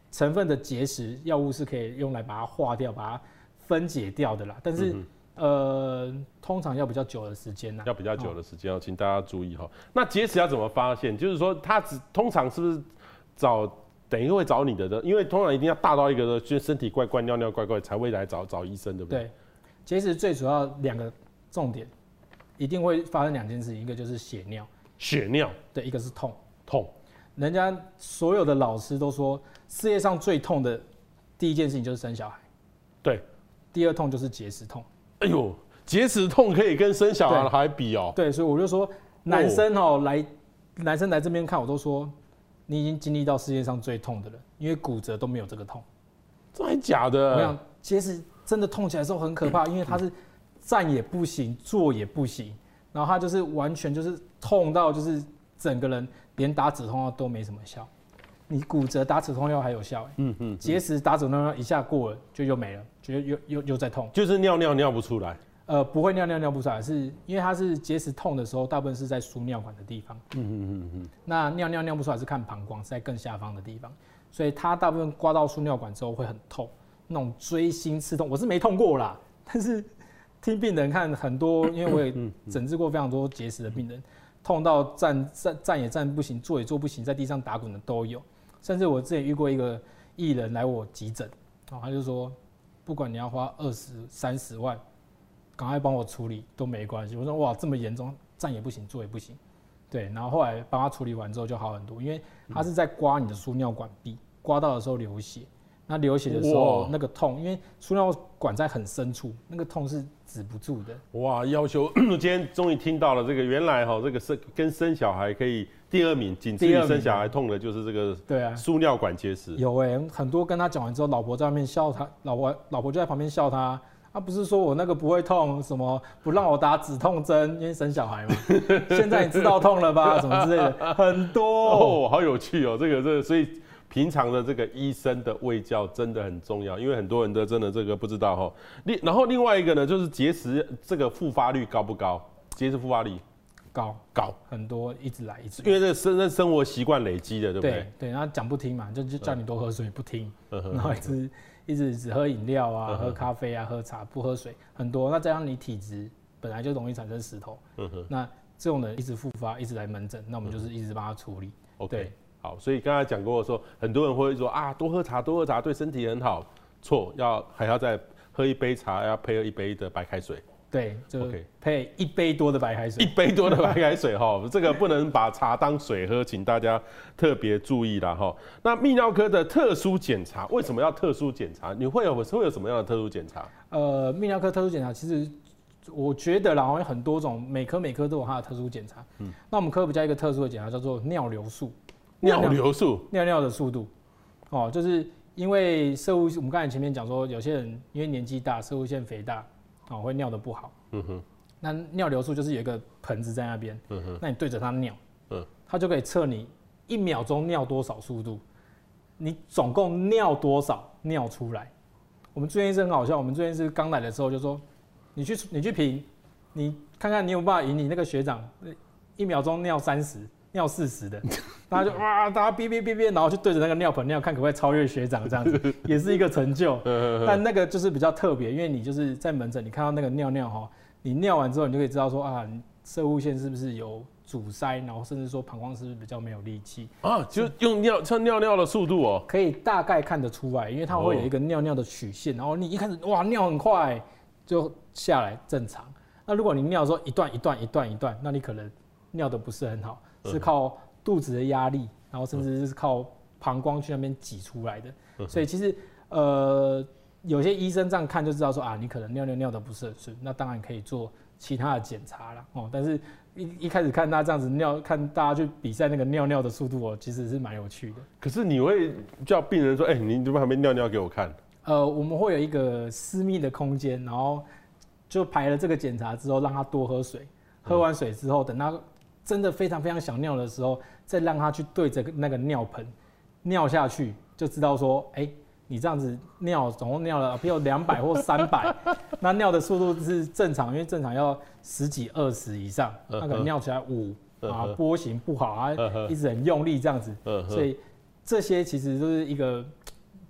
成分的结石药物是可以用来把它化掉、把它分解掉的啦。但是通常要比较久的时间啦， 要比较久的时间，请大家注意哈。那结石要怎么发现？就是说它通常是不是等于会找你的，因为通常一定要大到一个就身体怪怪、尿尿怪怪才会来找医生，对不对？ 对，结石最主要2个重点，一定会发生2件事情，一个就是血尿，对，一个是痛。人家所有的老师都说，世界上最痛的第一件事情就是生小孩， 对， 第2痛就是结石痛。 哎呦，结石痛可以跟生小孩比哦。 对，所以我就说，男生来这边看，我都说。你已经经历到世界上最痛的了，因为骨折都没有这个痛。 真的假的？ 我想结石真的痛起来的时候很可怕，因为它是站也不行，坐也不行，然后它就是完全就是痛到就是整个人连打止痛药都没什么效。你骨折打止痛药还有效，结石打止痛药一下过了就又没了，就又在痛。 就是尿不出来。 不会尿不出来，是因为它是结石痛的时候，大部分是在输尿管的地方。那尿不出来是看膀胱，是在更下方的地方，所以它大部分刮到输尿管之后会很痛，那种锥心刺痛。我是没痛过啦，但是听病人看很多，因为我也诊治过非常多结石的病人，痛到站也站不行，坐也坐不行，在地上打滚的都有。甚至我之前遇过一个艺人来我急诊，他就说，不管你要花20、30万。赶快帮我处理都没关系。我说哇，这么严重，站也不行，坐也不行。对，然后后来帮他处理完之后就好很多，因为他是在刮你的输尿管壁，刮到的时候流血。那流血的时候那个痛，因为输尿管在很深处，那个痛是止不住的。 哇，要求今天终于听到了这个，原来这个跟生小孩可以第2名，仅次于生小孩痛的就是这个输尿管结石。 有很多跟他讲完之后，老婆在外面笑他，老婆就在旁边笑他。他不是说我那个不会痛，什么不让我打止痛针，因为生小孩嘛。现在你知道痛了吧？什么之类的，很多哦，好有趣哦。这个，所以平常的这个医生的卫教真的很重要，因为很多人的真的这个不知道哈。然后另外一个呢，就是结石这个复发率高不高？结石复发率高， 很多一直来， 因为这生活习惯累积的，对不对？ 对，然后讲不听嘛，就叫你多喝水，不听，然后一直只喝饮料啊，喝咖啡啊，喝茶不喝水，很多。那加上你体质本来就容易产生石头，那这种人一直复发，一直来门诊，那我们就是一直帮他处理。 OK， 好，所以刚才讲过说，很多人会说啊，多喝茶对身体很好，错，还要再喝一杯茶，要配1杯的白开水。 对，就配1杯多的白开水。 1杯多的白开水哈，这个不能把茶当水喝，请大家特别注意啦哈。那泌尿科的特殊检查为什么要特殊检查？你会有什么样的特殊检查？ 泌尿科特殊检查其实我觉得啦，有很多种，每科都有它的特殊检查。那我们科比较一个特殊的检查叫做尿流速。 尿流速， 尿的速度，就是因为我们刚才前面讲说，有些人因为年纪大，攝護腺肥大。会尿得不好。那尿流速就是有一个盆子在那边，那你对着它尿，它就可以测你1秒钟尿多少速度，你总共尿多少尿出来。我们住院医生很好笑，我们住院医师刚来的时候就说，你去评，你看看你有没有办法赢你那个学长，1秒钟尿30。尿40的，大家就哇，大家憋，然后就对着那个尿盆尿，看可不可以超越学长，这样子也是一个成就。但那个就是比较特别，因为你就是在门诊，你看到那个尿你尿完之后，你就可以知道说啊，攝護腺是不是有阻塞，然后甚至说膀胱是不是比较没有力气啊，就用像尿的速度哦， 可以大概看得出来，因为它会有一个尿的曲线，然后你一开始哇尿很快就下来正常。那如果你尿的时候一段，那你可能尿的不是很好。是靠肚子的压力，然后甚至是靠膀胱去那边挤出来的，所以其实有些医生这样看就知道说啊，你可能尿的不是很顺，那当然可以做其他的检查啦。但是一开始看他这样子尿，看大家去比赛那个尿的速度其实是蛮有趣的。 可是你会叫病人说，你在旁边尿给我看？ 我们会有一个私密的空间，然后就排了这个检查之后，让他多喝水，喝完水之后，等他真的非常非常想尿的时候，再让他去对着那个尿盆尿下去，就知道说，你这样子尿总共尿了，比如200或300，那尿的速度是正常，因为正常要10几20以上，那可能尿起来5啊，波形不好啊，一直很用力这样子，所以这些其实都是一个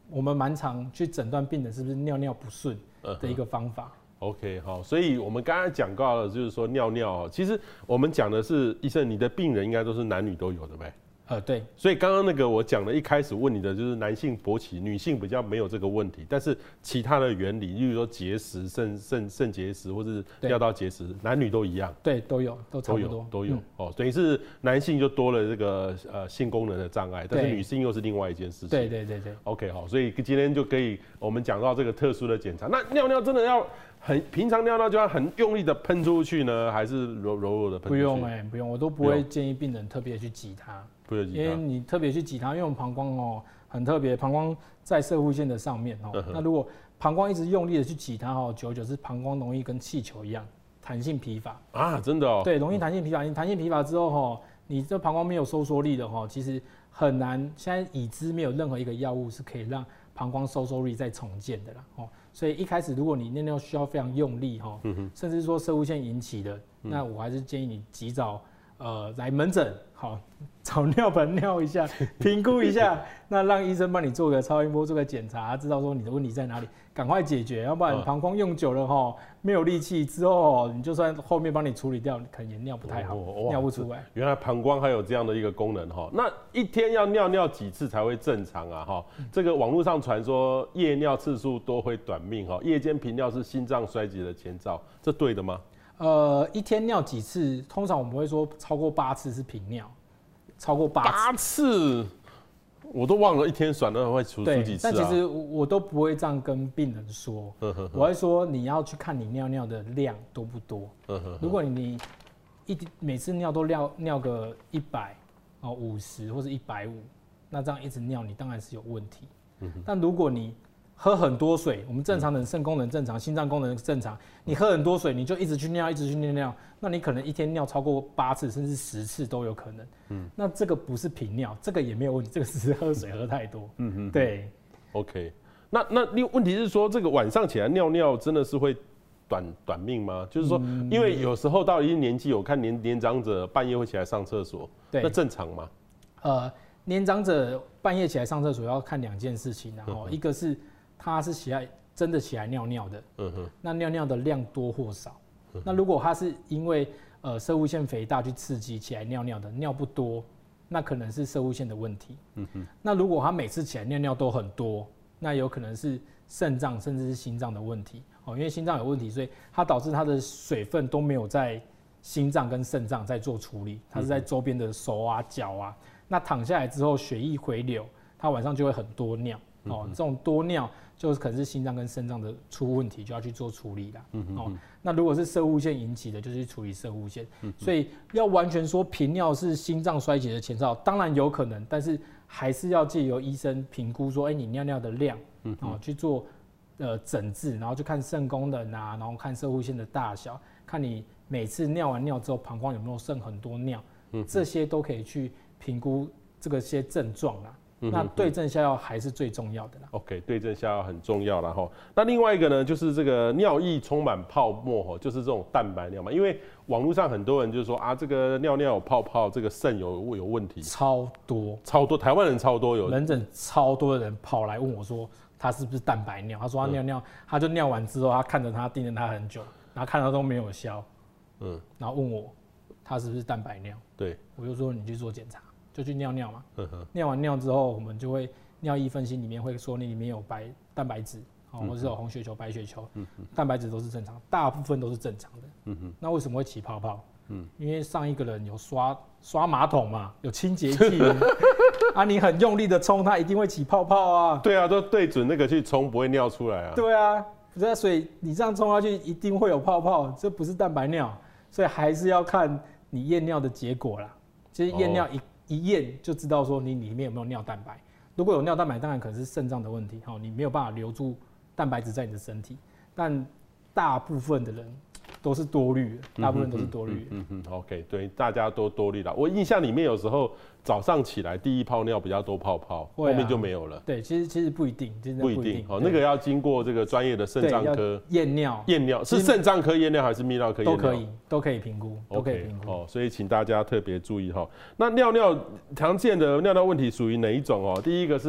我们蛮常去诊断病人是不是尿尿不顺的一个方法。 OK， 好，所以我们刚才讲到了，就是说尿尿，其实我们讲的是医生，你的病人应该都是男女都有的呗。 对。 所以刚刚那个我讲的，一开始问你的就是男性勃起，女性比较没有这个问题，但是其他的原理，例如说结石、肾结石或是尿道结石，男女都一样。 对，都有，都差不多， 都有。哦，等于是男性就多了这个性功能的障碍，但是女性又是另外一件事情。 对。 OK， 好，所以今天就可以我们讲到这个特殊的检查。那尿尿真的要平常尿尿就要很用力的喷出去呢，还是柔柔的喷出去？ 不用，我都不会建议病人特别去挤它。因为你特别去挤它，因为我们膀胱很特别，膀胱在射护腺的上面那如果膀胱一直用力的去挤它久久是膀胱容易跟气球一样弹性疲乏啊，真的对，容易弹性疲乏。你弹性疲乏之后你这膀胱没有收缩力的其实很难。现在已知没有任何一个药物是可以让膀胱收缩力再重建的啦所以一开始如果你尿尿需要非常用力甚至说射护腺引起的，那我还是建议你及早来门诊，找尿盆尿一下，评估一下，那让医生帮你做个超音波，做个检查，知道说你的问题在哪里，赶快解决，要不然膀胱用久了没有力气之后你就算后面帮你处理掉，可能也尿不太好，尿不出来。 原来膀胱还有这样的一个功能那一天要尿几次才会正常啊这个网络上传说夜尿次数多会短命夜间频尿是心脏衰竭的前兆，这对的吗？ 一天尿几次？通常我们会说超过8次是频尿，超过8 次，我都忘了一天算了会出几次但其实我都不会这样跟病人说，我会说你要去看你尿尿的量多不多。如果你每次尿都尿个100、50或是150，那这样一直尿你当然是有问题。但如果你喝很多水，我们正常人肾功能正常，心脏功能正常，你喝很多水，你就一直去尿，那你可能一天尿超过8次甚至10次都有可能。那这个不是频尿，这个也没有问题，这个只是喝水喝太多。对。 OK， 那问题是说，这个晚上起来尿尿真的是会短命吗？就是说，因为有时候到一定年纪，我看年长者半夜会起来上厕所，那正常吗？ 年长者半夜起来上厕所要看2件事情，一个是他是真的起来尿尿的，那尿尿的量多或少。那如果他是因为射护腺肥大去刺激起来尿尿的，尿不多，那可能是射护腺的问题。那如果他每次起来尿尿都很多，那有可能是肾脏甚至是心脏的问题。因为心脏有问题，所以它导致它的水分都没有在心脏跟肾脏在做处理，它是在周边的手啊、脚啊。那躺下来之后，血液回流，它晚上就会很多尿。这种多尿就是可能是心脏跟肾脏的出问题，就要去做处理啦。那如果是射护腺引起的，就是去处理射护腺。所以要完全说频尿是心脏衰竭的前兆，当然有可能，但是还是要借由医生评估说，你尿尿的量，去做诊治，然后去看肾功能啊，然后看射护腺的大小，看你每次尿完尿之后，膀胱有没有剩很多尿，这些都可以去评估这些症状啦。那对症下药还是最重要的啦。 OK， 对症下药很重要啦哈。那另外一个呢，就是这个尿液充满泡沫就是这种蛋白尿嘛。因为网络上很多人就说这个尿尿有泡泡，这个肾有问题。超多，台湾人超多有。 门诊超多的人跑来问我说，他是不是蛋白尿？他说他尿尿，他就尿完之后，他看着他盯着他很久，然后看到都没有消，然后问我他是不是蛋白尿？ 对， 我就说你去做检查。就去尿尿嘛，尿完尿之后，我们就会尿液分析里面会说你里面有蛋白质，或者是有红血球、白血球，蛋白质都是正常，大部分都是正常的。那为什么会起泡泡？因为上一个人有刷马桶嘛，有清洁剂你很用力的冲，它一定会起泡泡啊。 对啊，都对准那个去冲，不会尿出来啊。 对啊，所以你这样冲下去一定会有泡泡，这不是蛋白尿，所以还是要看你验尿的结果啦。其实验尿一验就知道说你里面有没有尿蛋白，如果有尿蛋白，当然可能是肾脏的问题，你没有办法留住蛋白质在你的身体，但大部分的人都是多虑的，大部分都是多虑的。 OK， 对，大家都多虑了。我印象里面有时候早上起来第一泡尿比较多泡泡，后面就没有了。 对，其实不一定， 不一定。那个要经过这个专业的肾脏科验尿， 是肾脏科验尿还是泌尿科验尿？ 都可以评估，都可以评估。 所以请大家特别注意那尿常见的尿问题属于哪一种？第一个是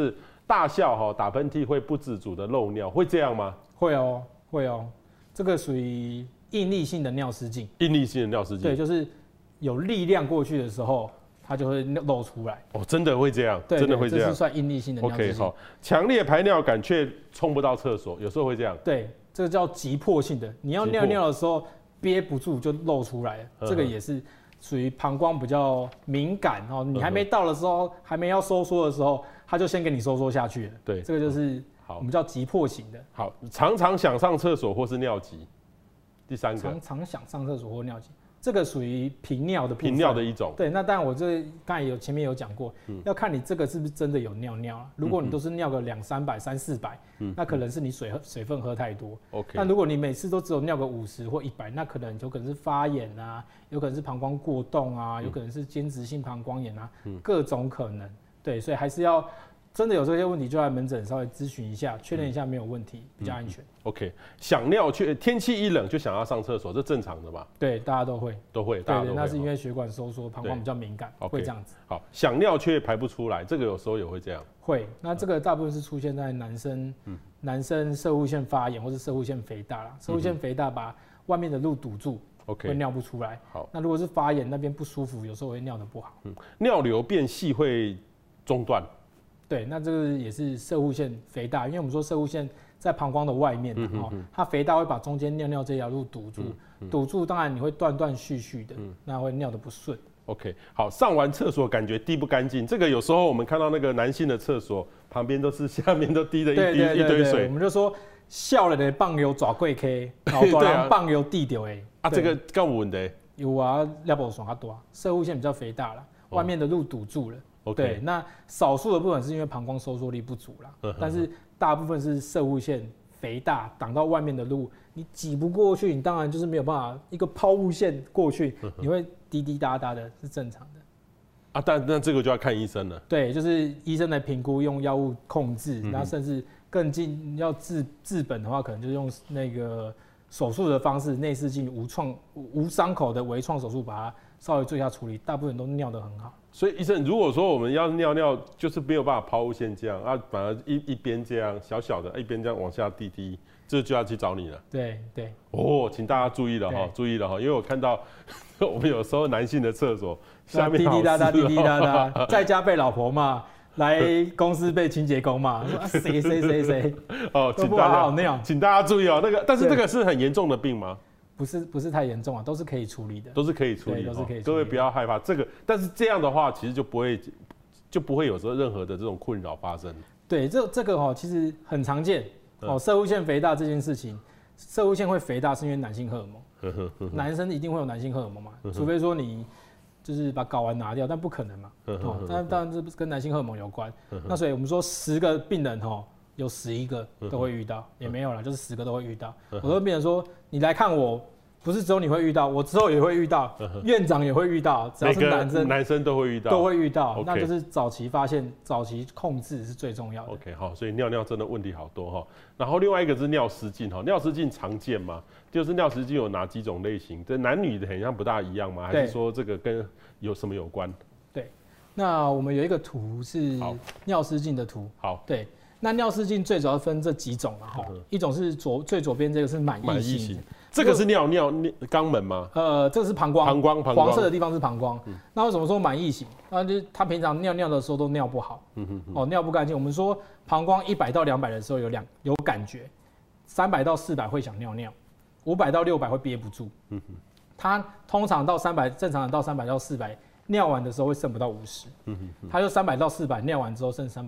大笑打喷嚏会不自主的漏尿，会这样吗？ 会哦，会哦，这个属于应力性的尿失禁。 应力性的尿失禁， 对，就是有力量过去的时候，它就会漏出来。 哦，真的会这样， 对， 真的会这样， 这是算应力性的尿失禁。 OK， 好，强烈排尿感却冲不到厕所，有时候会这样。 对，这个叫急迫性的，你要尿尿的时候憋不住就漏出来了，这个也是属于膀胱比较敏感哦。你还没到的时候，还没要收缩的时候，它就先给你收缩下去了。 对， 这个就是我们叫急迫型的。 好，常常想上厕所或是尿急。第三个， 常常想上厕所或尿急，这个属于频尿的部分。 频尿的一种。对， 那当然我这刚才前面有讲过，要看你这个是不是真的有尿尿。如果你都是尿个200、300、300、400，那可能是你水分喝太多。 OK。 那如果你每次都只有尿个50或100，那可能有可能是发炎啊，有可能是膀胱过动啊，有可能是间质性膀胱炎啊，各种可能。对，所以还是要真的有这些问题，就来门诊稍微咨询一下，确认一下没有问题，比较安全。 OK， 想尿却天气一冷就想要上厕所，这正常的吧？ 对，大家都会，大家都会。那是因为血管收缩，膀胱比较敏感，会这样子。 好，想尿却排不出来，这个有时候也会这样。 会，那这个大部分是出现在男生攝護腺发炎或是攝護腺肥大啦。攝護腺肥大把外面的路堵住。会尿不出来。 好， 那如果是发炎那边不舒服，有时候会尿得不好。 尿流变细会中断。 对，那这个也是攝護腺肥大，因为我们说攝護腺在膀胱的外面，它肥大会把中间尿这条路堵住，堵住当然你会断续续的，那会尿得不顺。 OK， 好，上完厕所感觉滴不干净，这个有时候我们看到那个男性的厕所旁边都是下面都滴了一堆水， 我们就说笑人的放流抓贵 K， 然后大人放流地掉哎， 这个够有问题。 有啊，尿不爽它多，攝護腺比较肥大了，外面的路堵住了。对，那少数的部分是因为膀胱收缩力不足啦，但是大部分是攝護腺肥大挡到外面的路，你挤不过去，你当然就是没有办法一个抛物线过去，你会滴滴答答的，是正常的。 但这个就要看医生了。对， 就是医生来评估，用药物控制，然后甚至更近要治本的话，可能就用那个手术的方式，内视镜无伤口的微创手术，把它稍微做一下处理，大部分都尿得很好。 所以医生，如果说我们要尿，就是没有办法抛物线这样反而一边这样小小的，一边这样往下滴，这就要去找你了。 对。 请大家注意了哈，因为我看到我们有时候男性的厕所下面滴滴答答，在家被老婆骂，来公司被清洁工骂，谁都不好好尿， 请大家注意哦。但是这个是很严重的病吗？ 不是太严重啊，都是可以处理的， 都是可以处理的。各位不要害怕这个，但是这样的话，其实就不会有任何的这种困扰发生。 对，这个其实很常见摄護腺肥大这件事情，攝護腺会肥大是因为男性荷尔蒙，男生一定会有男性荷尔蒙嘛，除非说你就是把睾丸拿掉，但不可能嘛。当然这跟男性荷尔蒙有关。那所以我们说10个病人有11个都会遇到，也没有啦，就是10个都会遇到。我都变成说，你来看我，不是只有你会遇到，我之后也会遇到，院长也会遇到，只要是男生都会遇到， 那就是早期发现、早期控制是最重要的。 OK， 好，所以尿真的问题好多哈。然后另外一个是尿失禁尿失禁常见吗？就是尿失禁有哪几种类型？这男女的很像不大一样吗？还是说这个跟有什么有关？ 对，那我们有一个图是尿失禁的图。 好， 对。那尿失禁最主要分这几种啦，一种是最左边这个是满溢型， 这个是肛门吗？ 这个是膀胱，黄色的地方是膀胱。那为什么说满溢型？那就是他平常尿的时候都尿不好，尿不干净。我们说膀胱100到200的时候有感觉，300到400会想尿，500到600会憋不住。他通常到300，正常的到300到400尿完的时候会剩不到50，他就300到400尿完之后剩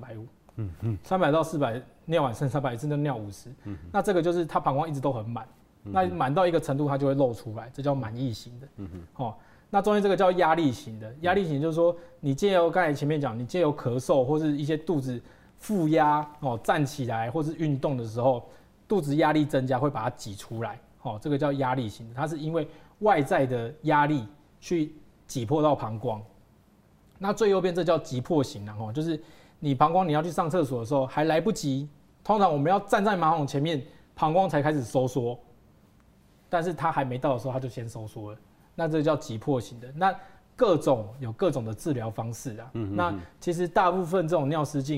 350，300到400尿完剩300，真的尿50，那这个就是他膀胱一直都很满，那满到一个程度它就会漏出来，这叫满溢型的。那中间这个叫压力型的，压力型就是说你借由刚才前面讲，你借由咳嗽或是一些肚子负压站起来或是运动的时候，肚子压力增加会把它挤出来，这个叫压力型的，它是因为外在的压力去挤破到膀胱。那最右边这叫急迫型的，就是你膀胱你要去上厕所的时候还来不及，通常我们要站在马桶前面，膀胱才开始收缩，但是它还没到的时候它就先收缩了，那这叫急迫型的。那有各种的治疗方式啊。那其实大部分这种尿失禁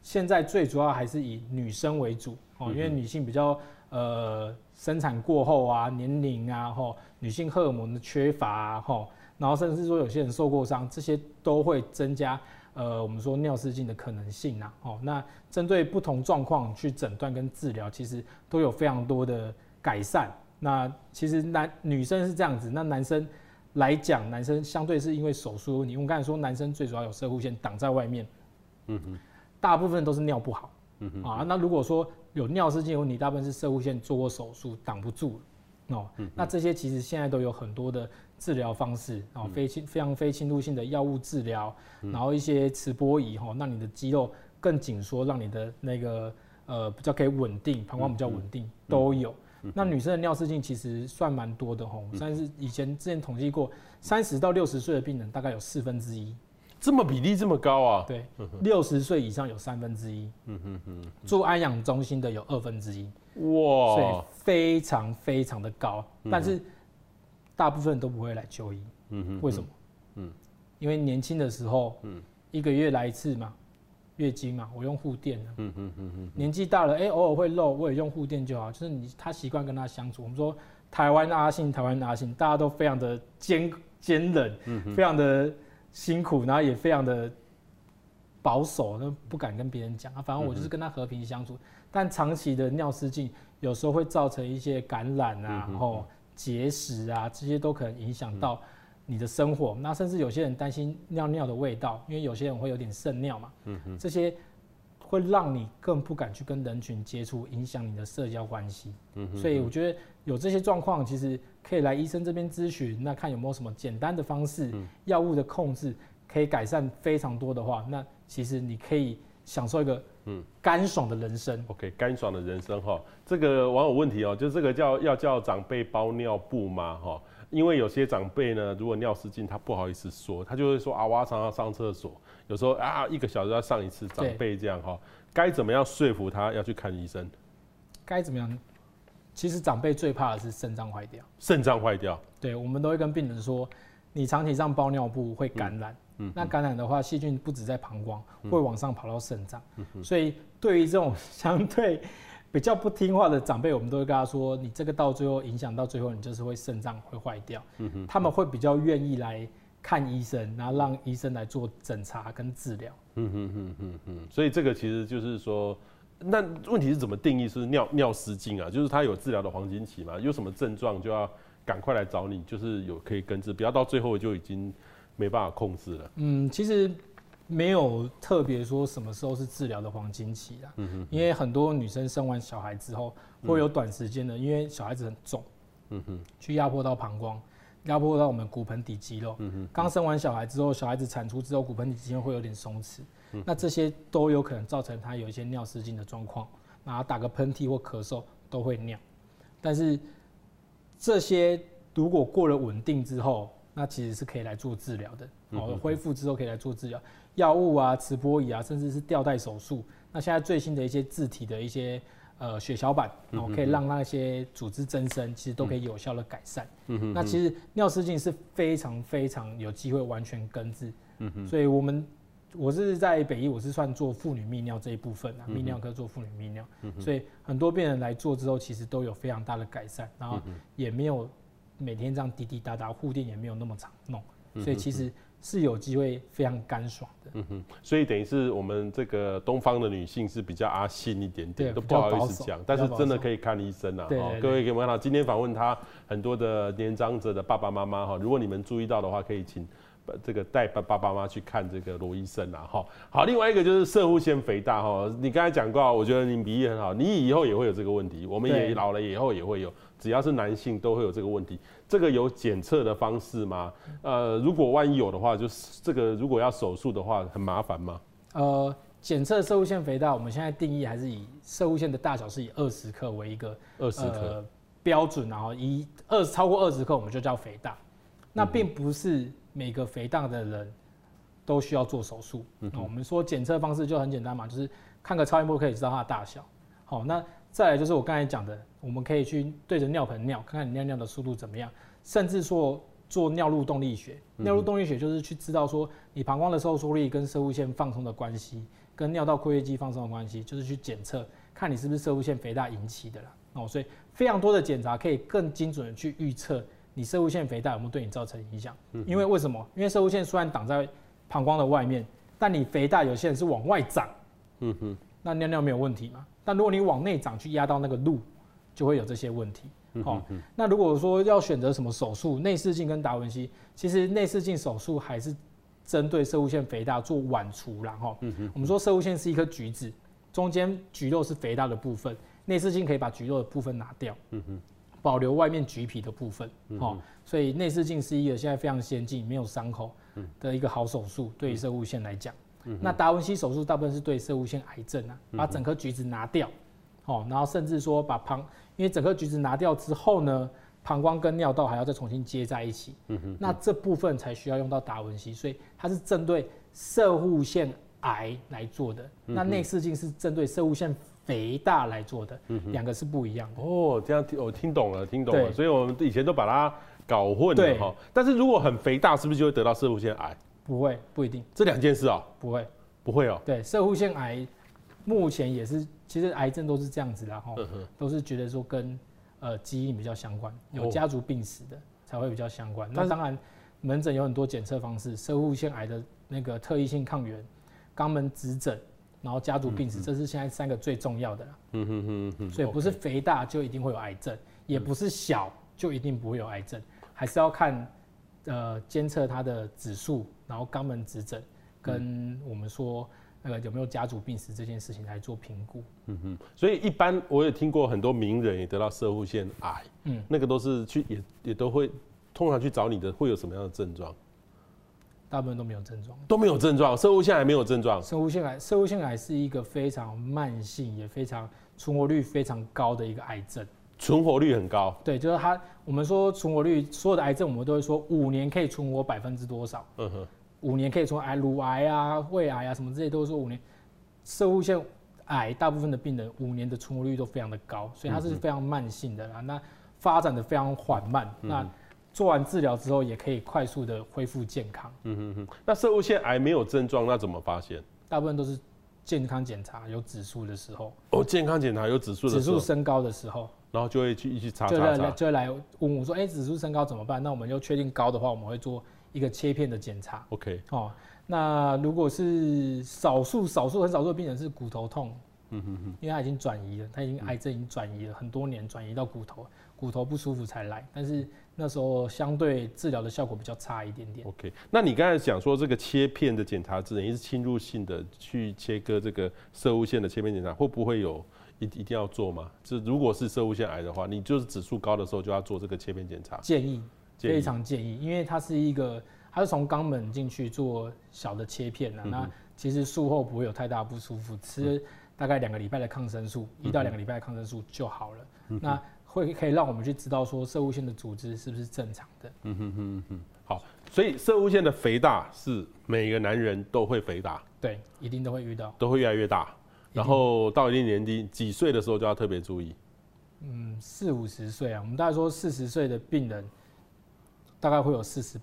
现在最主要还是以女生为主哦，因为女性比较生产过后啊，年龄啊，女性荷尔蒙的缺乏啊，然后甚至说有些人受过伤，这些都会增加我们说尿失禁的可能性啊。那针对不同状况去诊断跟治疗，其实都有非常多的改善。那其实女生是这样子，那男生来讲，男生相对是因为手术问题，我们刚才说男生最主要有射护线挡在外面，大部分都是尿不好，那如果说有尿失禁的问题，大部分是射护线做过手术挡不住了，那这些其实现在都有很多的治疗方式，非常非侵入性的药物治疗，然后一些磁波仪，让你的肌肉更紧缩，让你的那个比较可以稳定，膀胱比较稳定，都有。那女生的尿失禁其实算蛮多的吼，但是之前统计过，30到60岁的病人大概有1/4， 这么比例这么高啊？ 对，60岁以上有1/3，住安养中心的有1/2，哇，所以非常非常的高，但是大部分都不会来就医，为什么？因为年轻的时候，1个月来一次嘛。月经嘛，我用护垫的。年纪大了，偶尔会漏，我也用护垫就好。就是他习惯跟他相处。我们说台湾阿信，大家都非常的坚韧，非常的辛苦，然后也非常的保守，都不敢跟别人讲啊。反正我就是跟他和平相处。但长期的尿失禁，有时候会造成一些感染啊，然后结石啊，这些都可能影响到你的生活。那甚至有些人担心尿尿的味道，因为有些人会有点渗尿嘛，这些会让你更不敢去跟人群接触，影响你的社交关系。所以我觉得有这些状况，其实可以来医生这边咨询，那看有没有什么简单的方式，药物的控制可以改善非常多的话，那其实你可以享受一个干爽的人生。 OK， 干爽的人生哈。这个网友问题哦，就是这个要叫长辈包尿布吗？哈。因为有些长辈呢，如果尿失禁，他不好意思说，他就会说啊，我要常常上厕所，有时候啊1个小时要上一次，长辈这样哈，该怎么样说服他要去看医生？ 该怎么样？其实长辈最怕的是肾脏坏掉。 肾脏坏掉？对， 我们都会跟病人说，你长期上包尿布会感染，那感染的话，细菌不止在膀胱，会往上跑到肾脏，所以对于这种相对比较不听话的长辈，我们都会跟他说，你这个到最后影响到最后，你就是会肾脏会坏掉。他们会比较愿意来看医生，然后让医生来做诊查跟治疗。 所以这个其实就是说，那问题是怎么定义是尿失禁啊？就是他有治疗的黄金期嘛？有什么症状就要赶快来找你，就是有可以根治，不要到最后就已经没办法控制了。 其实没有特别说什么时候是治疗的黄金期啦，因为很多女生生完小孩之后会有短时间的，因为小孩子很重，去压迫到膀胱，压迫到我们骨盆底肌肉。刚生完小孩之后，小孩子产出之后，骨盆底肌肉会有点松弛，那这些都有可能造成他有一些尿失禁的状况，然后打个喷嚏或咳嗽都会尿。但是这些如果过了稳定之后，那其实是可以来做治疗的。恢复之后可以来做治疗。药物啊、磁波仪啊，甚至是吊带手术。那现在最新的一些自体的一些血小板，可以让那些组织增生，其实都可以有效的改善。那其实尿失禁是非常非常有机会完全根治。所以我是在北医，我是算做妇女泌尿这一部分啊，泌尿科做妇女泌尿，所以很多病人来做之后，其实都有非常大的改善，然后也没有每天这样滴滴答答，护垫也没有那么常弄，所以其实是有机会非常干爽的。 所以等于是我们这个东方的女性是比较阿信一点点，都不好意思讲，但是真的可以看医生啊。各位可以看到，今天访问他很多的年长者的爸爸妈妈哈，如果你们注意到的话，可以请这个带爸爸妈妈去看这个罗医生啊哈。好，另外一个就是射护腺肥大哈，你刚才讲过，我觉得你比喻很好，你以后也会有这个问题，我们也老了以后也会有，只要是男性都会有这个问题。这个有检测的方式吗？如果万一有的话，就是这个如果要手术的话，很麻烦吗？ 检测射护腺肥大，我们现在定义还是以射护腺的大小是以20克为一个标准，然后超过20克我们就叫肥大。那并不是每个肥大的人都需要做手术。我们说检测方式就很简单嘛，就是看个超音波可以知道它的大小。好，那再来就是我刚才讲的，我们可以去对着尿盆尿，看看你尿尿的速度怎么样，甚至说做尿路动力学。尿路动力学就是去知道说你膀胱的收缩力跟射护腺放松的关系， 跟尿道括约肌放松的关系，就是去检测看你是不是攝護腺肥大引起的啦。所以非常多的检查可以更精准的去预测你攝護腺肥大有没有对你造成影响。因为为什么？因为攝護腺虽然挡在膀胱的外面，但你肥大有些人是往外长，那尿尿没有问题嘛？但如果你往内长去压到那个路，就会有这些问题。那如果说要选择什么手术，内视镜跟达文西，其实内视镜手术还是针对攝護腺肥大做晚除啦。我们说攝護腺是一颗橘子，中间橘肉是肥大的部分，内视镜可以把橘肉的部分拿掉，保留外面橘皮的部分。所以内视镜是一个现在非常先进、没有伤口的一个好手术，对于攝護腺来讲。那达文西手术大部分是对攝護腺癌症把整颗橘子拿掉，然后甚至说因为整颗橘子拿掉之后呢，膀胱跟尿道还要再重新接在一起，那这部分才需要用到达文西，所以它是针对攝護腺癌来做的。那内视镜是针对攝護腺肥大来做的，两个是不一样的。 这样我听懂了。所以我们以前都把它搞混了哈。但是如果很肥大，是不是就会得到攝護腺癌？ 不会，不一定。 这两件事不会哦。 对，攝護腺癌目前也是，其实癌症都是这样子啦，都是觉得说跟基因比较相关，有家族病史的才会比较相关。那当然，门诊有很多检测方式，攝護腺癌的那个特异性抗原、肛门指诊，然后家族病史，这是现在3个最重要的啦。所以不是肥大就一定会有癌症，也不是小就一定不会有癌症，还是要看监测它的指数，然后肛门指诊跟我们说那个有没有家族病史这件事情来做评估。 所以一般我也听过很多名人也得到攝護腺癌，那个都是也都会通常去找你的，会有什么样的症状？ 大部分都没有症状， 都没有症状，攝護腺癌没有症状。 攝護腺癌是一个非常慢性，也非常存活率非常高的一个癌症。 存活率很高， 对，就是我们说存活率，所有的癌症我们都会说5年可以存活多少，5年可以存活，乳癌啊、胃癌啊什么这些都是说5年。攝護腺癌大部分的病人5年的存活率都非常的高，所以它是非常慢性的啦，那发展的非常缓慢，那做完治疗之后也可以快速的恢复健康。 那攝護腺癌没有症状，那怎么发现？ 大部分都是健康检查有指数的时候。 健康检查有指数的时候， 指数升高的时候。 然后就会去查， 就会来问我说，指数升高怎么办？那我们就确定高的话，我们会做一个切片的检查。 OK， 那如果是很少数的病人是骨头痛，因为他已经转移了，他已经癌症已经转移了很多年，转移到骨头不舒服才来，但是那时候相对治疗的效果比较差一点点。 OK， 那你刚才讲说这个切片的检查，等于是侵入性的去切割这个攝護腺的切片检查，会不会有？一定要做吗？如果是攝護腺癌的话，你就是指数高的时候就要做这个切片检查。 非常建议，因为它是从肛门进去做小的切片那其实术后不会有太大不舒服，吃大概2个礼拜的抗生素，1到2个礼拜的抗生素就好了。那可以让我们去知道说攝護腺的组织是不是正常的。 好，所以攝護腺的肥大是每个男人都会肥大， 对，一定都会遇到， 都会越来越大。然后到一定年纪，几岁的时候就要特别注意。 40-50岁我们大概说40岁的病人，大概会有40%。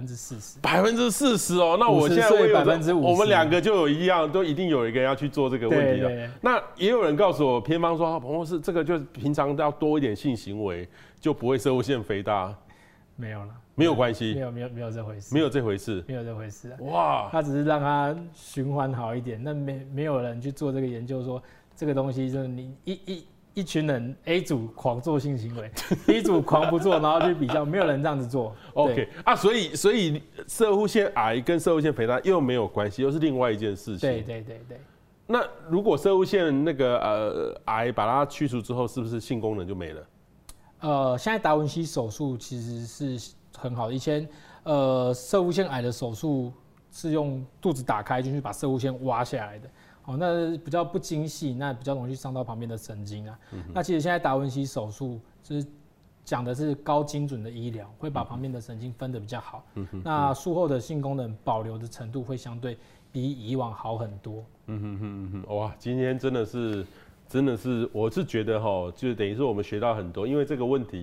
40%那我现在我们2个就有一样，都一定有一个要去做这个问题了。那也有人告诉我，偏方说，彭博士这个就平常要多一点性行为，就不会攝護腺肥大。 没有了。 没有关系， 没有这回事， 没有这回事， 没有这回事哇！ 他只是让它循环好一点，那没有人去做这个研究，说这个东西就是你一群人 A 组狂做性行为，B 组狂不做，然后去比较，没有人这样子做。 OK 所以攝護腺癌跟攝護腺肥大又没有关系，又是另外一件事情。 对。 那如果攝護腺那个癌把它去除之后，是不是性功能就没了？ 现在达文西手术其实是很好的。以前攝護腺癌的手术是用肚子打开进去把攝護腺挖下来的，那比较不精细，那比较容易伤到旁边的神经那其实现在达文西手术就是讲的是高精准的医疗，会把旁边的神经分得比较好。那术后的性功能保留的程度会相对比以往好很多。 哇，今天真的是，我是觉得就等于是我们学到很多，因为这个问题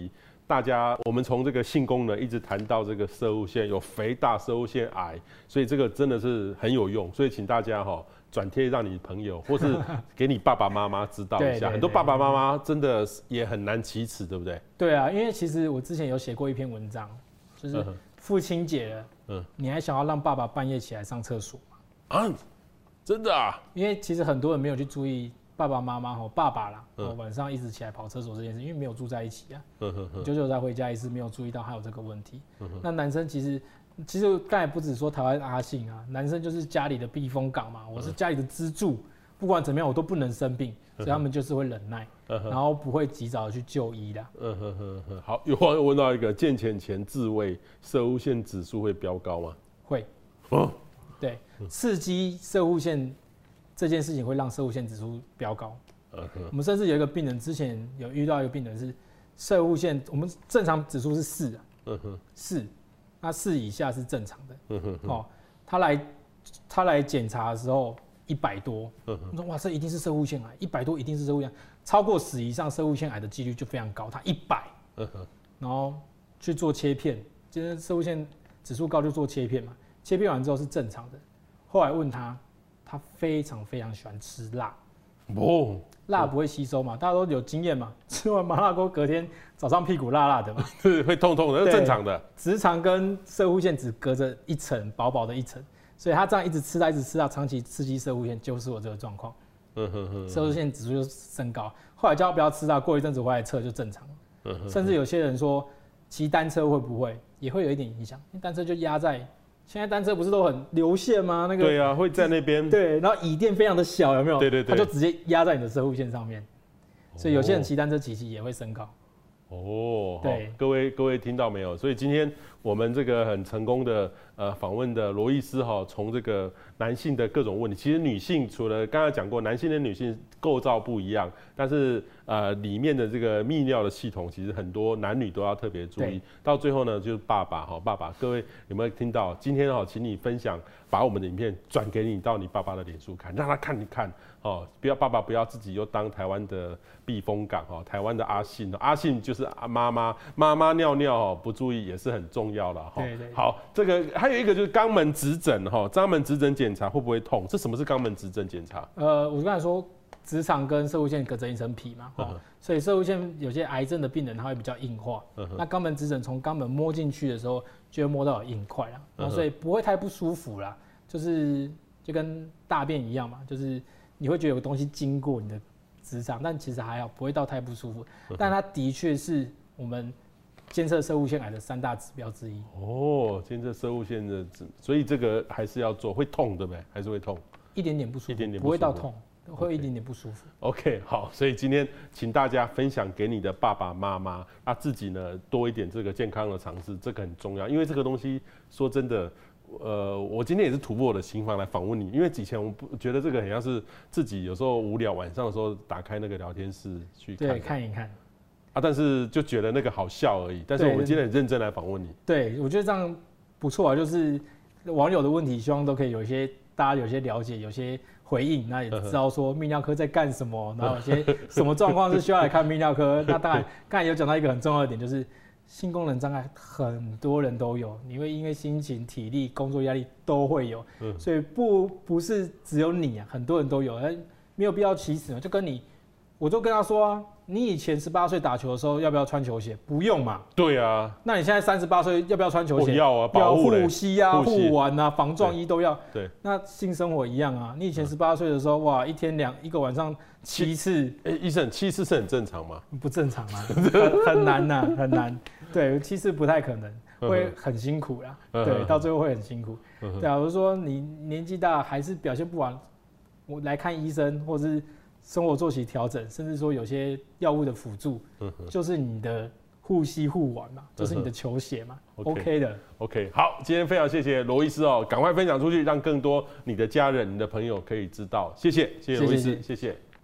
大家我们从这个性功能一直谈到这个射物腺有肥大、射物腺癌，所以这个真的是很有用，所以请大家转贴让你朋友，或是给你爸爸妈妈知道一下。很多爸爸妈妈真的也很难启齿，对不对？ 对啊，因为其实我之前有写过一篇文章，就是父亲节了，你还想要让爸爸半夜起来上厕所吗？ 啊，真的啊？ 因为其实很多人没有去注意爸爸妈妈爸爸啦，晚上一直起来跑厕所这件事，因为没有住在一起啊，久久才回家一次，没有注意到还有这个问题。那男生其实刚才不止说台湾阿信啊，男生就是家里的避风港嘛，我是家里的支柱，不管怎么样我都不能生病，所以他们就是会忍耐，然后不会及早的去就医的。 好，有网友问到一个，健检前自慰，射物腺指数会飙高吗？ 会。对，刺激射物腺这件事情会让射物腺指数飙高。我们甚至有一个病人，之前有遇到一个病人是射物腺，我们正常指数是4啊，4，那4以下是正常的。他来检查的时候100多，我说哇，这一定是射物腺癌，100多一定是射物腺癌，超过10以上射物腺癌的几率就非常高，他100，然后去做切片，就是射物腺指数高就做切片嘛。切片完之后是正常的，后来问他非常非常喜欢吃辣，辣不会吸收嘛，大家都有经验嘛，吃完麻辣锅隔天早上屁股辣辣的嘛， 对，会痛痛的，是正常的。 直肠跟射物腺只隔着一层薄薄的一层，所以他这样一直吃到长期刺激射物腺，就是我这个状况，射物腺指数就升高。后来叫他不要吃到，过一阵子回来测就正常了。甚至有些人说骑单车会不会也会有一点影响，因为单车就压在。现在单车不是都很流线吗？那个对啊，会在那边。 对，然后椅垫非常的小，有没有？ 对， 它就直接压在你的射物腺上面，所以有些人骑单车骑也会升高。对， 各位听到没有？所以今天我们这个很成功的访问的罗医师从这个男性的各种问题，其实女性除了刚才讲过，男性跟女性构造不一样，但是里面的这个泌尿的系统，其实很多男女都要特别注意。到最后呢，就是爸爸，各位有没有听到？今天请你分享，把我们的影片转给你到你爸爸的脸书看，让他看一看。爸爸不要自己又当台湾的避风港台湾的阿信，阿信就是妈妈尿尿不注意也是很重要了对。 好，这个还有一个就是肛门指诊肛门指诊检查会不会痛？这什么是肛门指诊检查？ 我刚才说直肠跟射物腺隔着一层皮嘛，所以射物腺有些癌症的病人他会比较硬化，那肛门指诊从肛门摸进去的时候就会摸到有硬块啦，所以不会太不舒服啦，就跟大便一样嘛，就是你会觉得有个东西经过你的直肠，但其实还好，不会到太不舒服。但它的确是我们监测射物腺癌的3大指标之一。 监测射物腺的，所以这个还是要做，会痛对不对？还是会痛？ 一点点不舒服，不会到痛，会一点点不舒服。 OK， 好，所以今天请大家分享给你的爸爸妈妈，自己呢多一点这个健康的尝试，这个很重要，因为这个东西说真的。我今天也是突破我的心防来访问你，因为以前我不觉得这个很像是自己有时候无聊晚上的时候打开那个聊天室去看， 对，看一看但是就觉得那个好笑而已。但是我们今天很认真来访问你， 对，我觉得这样不错啊，就是网友的问题，希望都可以大家有些了解，有些回应，那也知道说泌尿科在干什么，然后有些什么状况是需要来看泌尿科。那当然，刚才有讲到一个很重要的点，就是性功能障碍很多人都有，你会因为心情、体力、工作压力都会有，所以不是只有你啊，很多人都有，没有必要歧视嘛。就跟我就跟他说啊，你以前18岁打球的时候要不要穿球鞋？不用嘛。 对啊。 那你现在38岁要不要穿球鞋？ 要啊，保护护膝啊、护腕啊、防撞衣都要。 对。 那性生活一样啊，你以前18岁的时候，哇，一个晚上7次。 医生7次是很正常吗？ 不正常啊，很难呐，很难。对，7次不太可能，会很辛苦啦。对，到最后会很辛苦。对啊，我就说你年纪大还是表现不完，我来看医生，或者是生活作息调整，甚至说有些药物的辅助，就是你的护膝护腕嘛，就是你的球鞋嘛 ，OK 的。 OK， 好，今天非常谢谢罗医师赶快分享出去，让更多你的家人、你的朋友可以知道。谢谢罗医师，谢谢。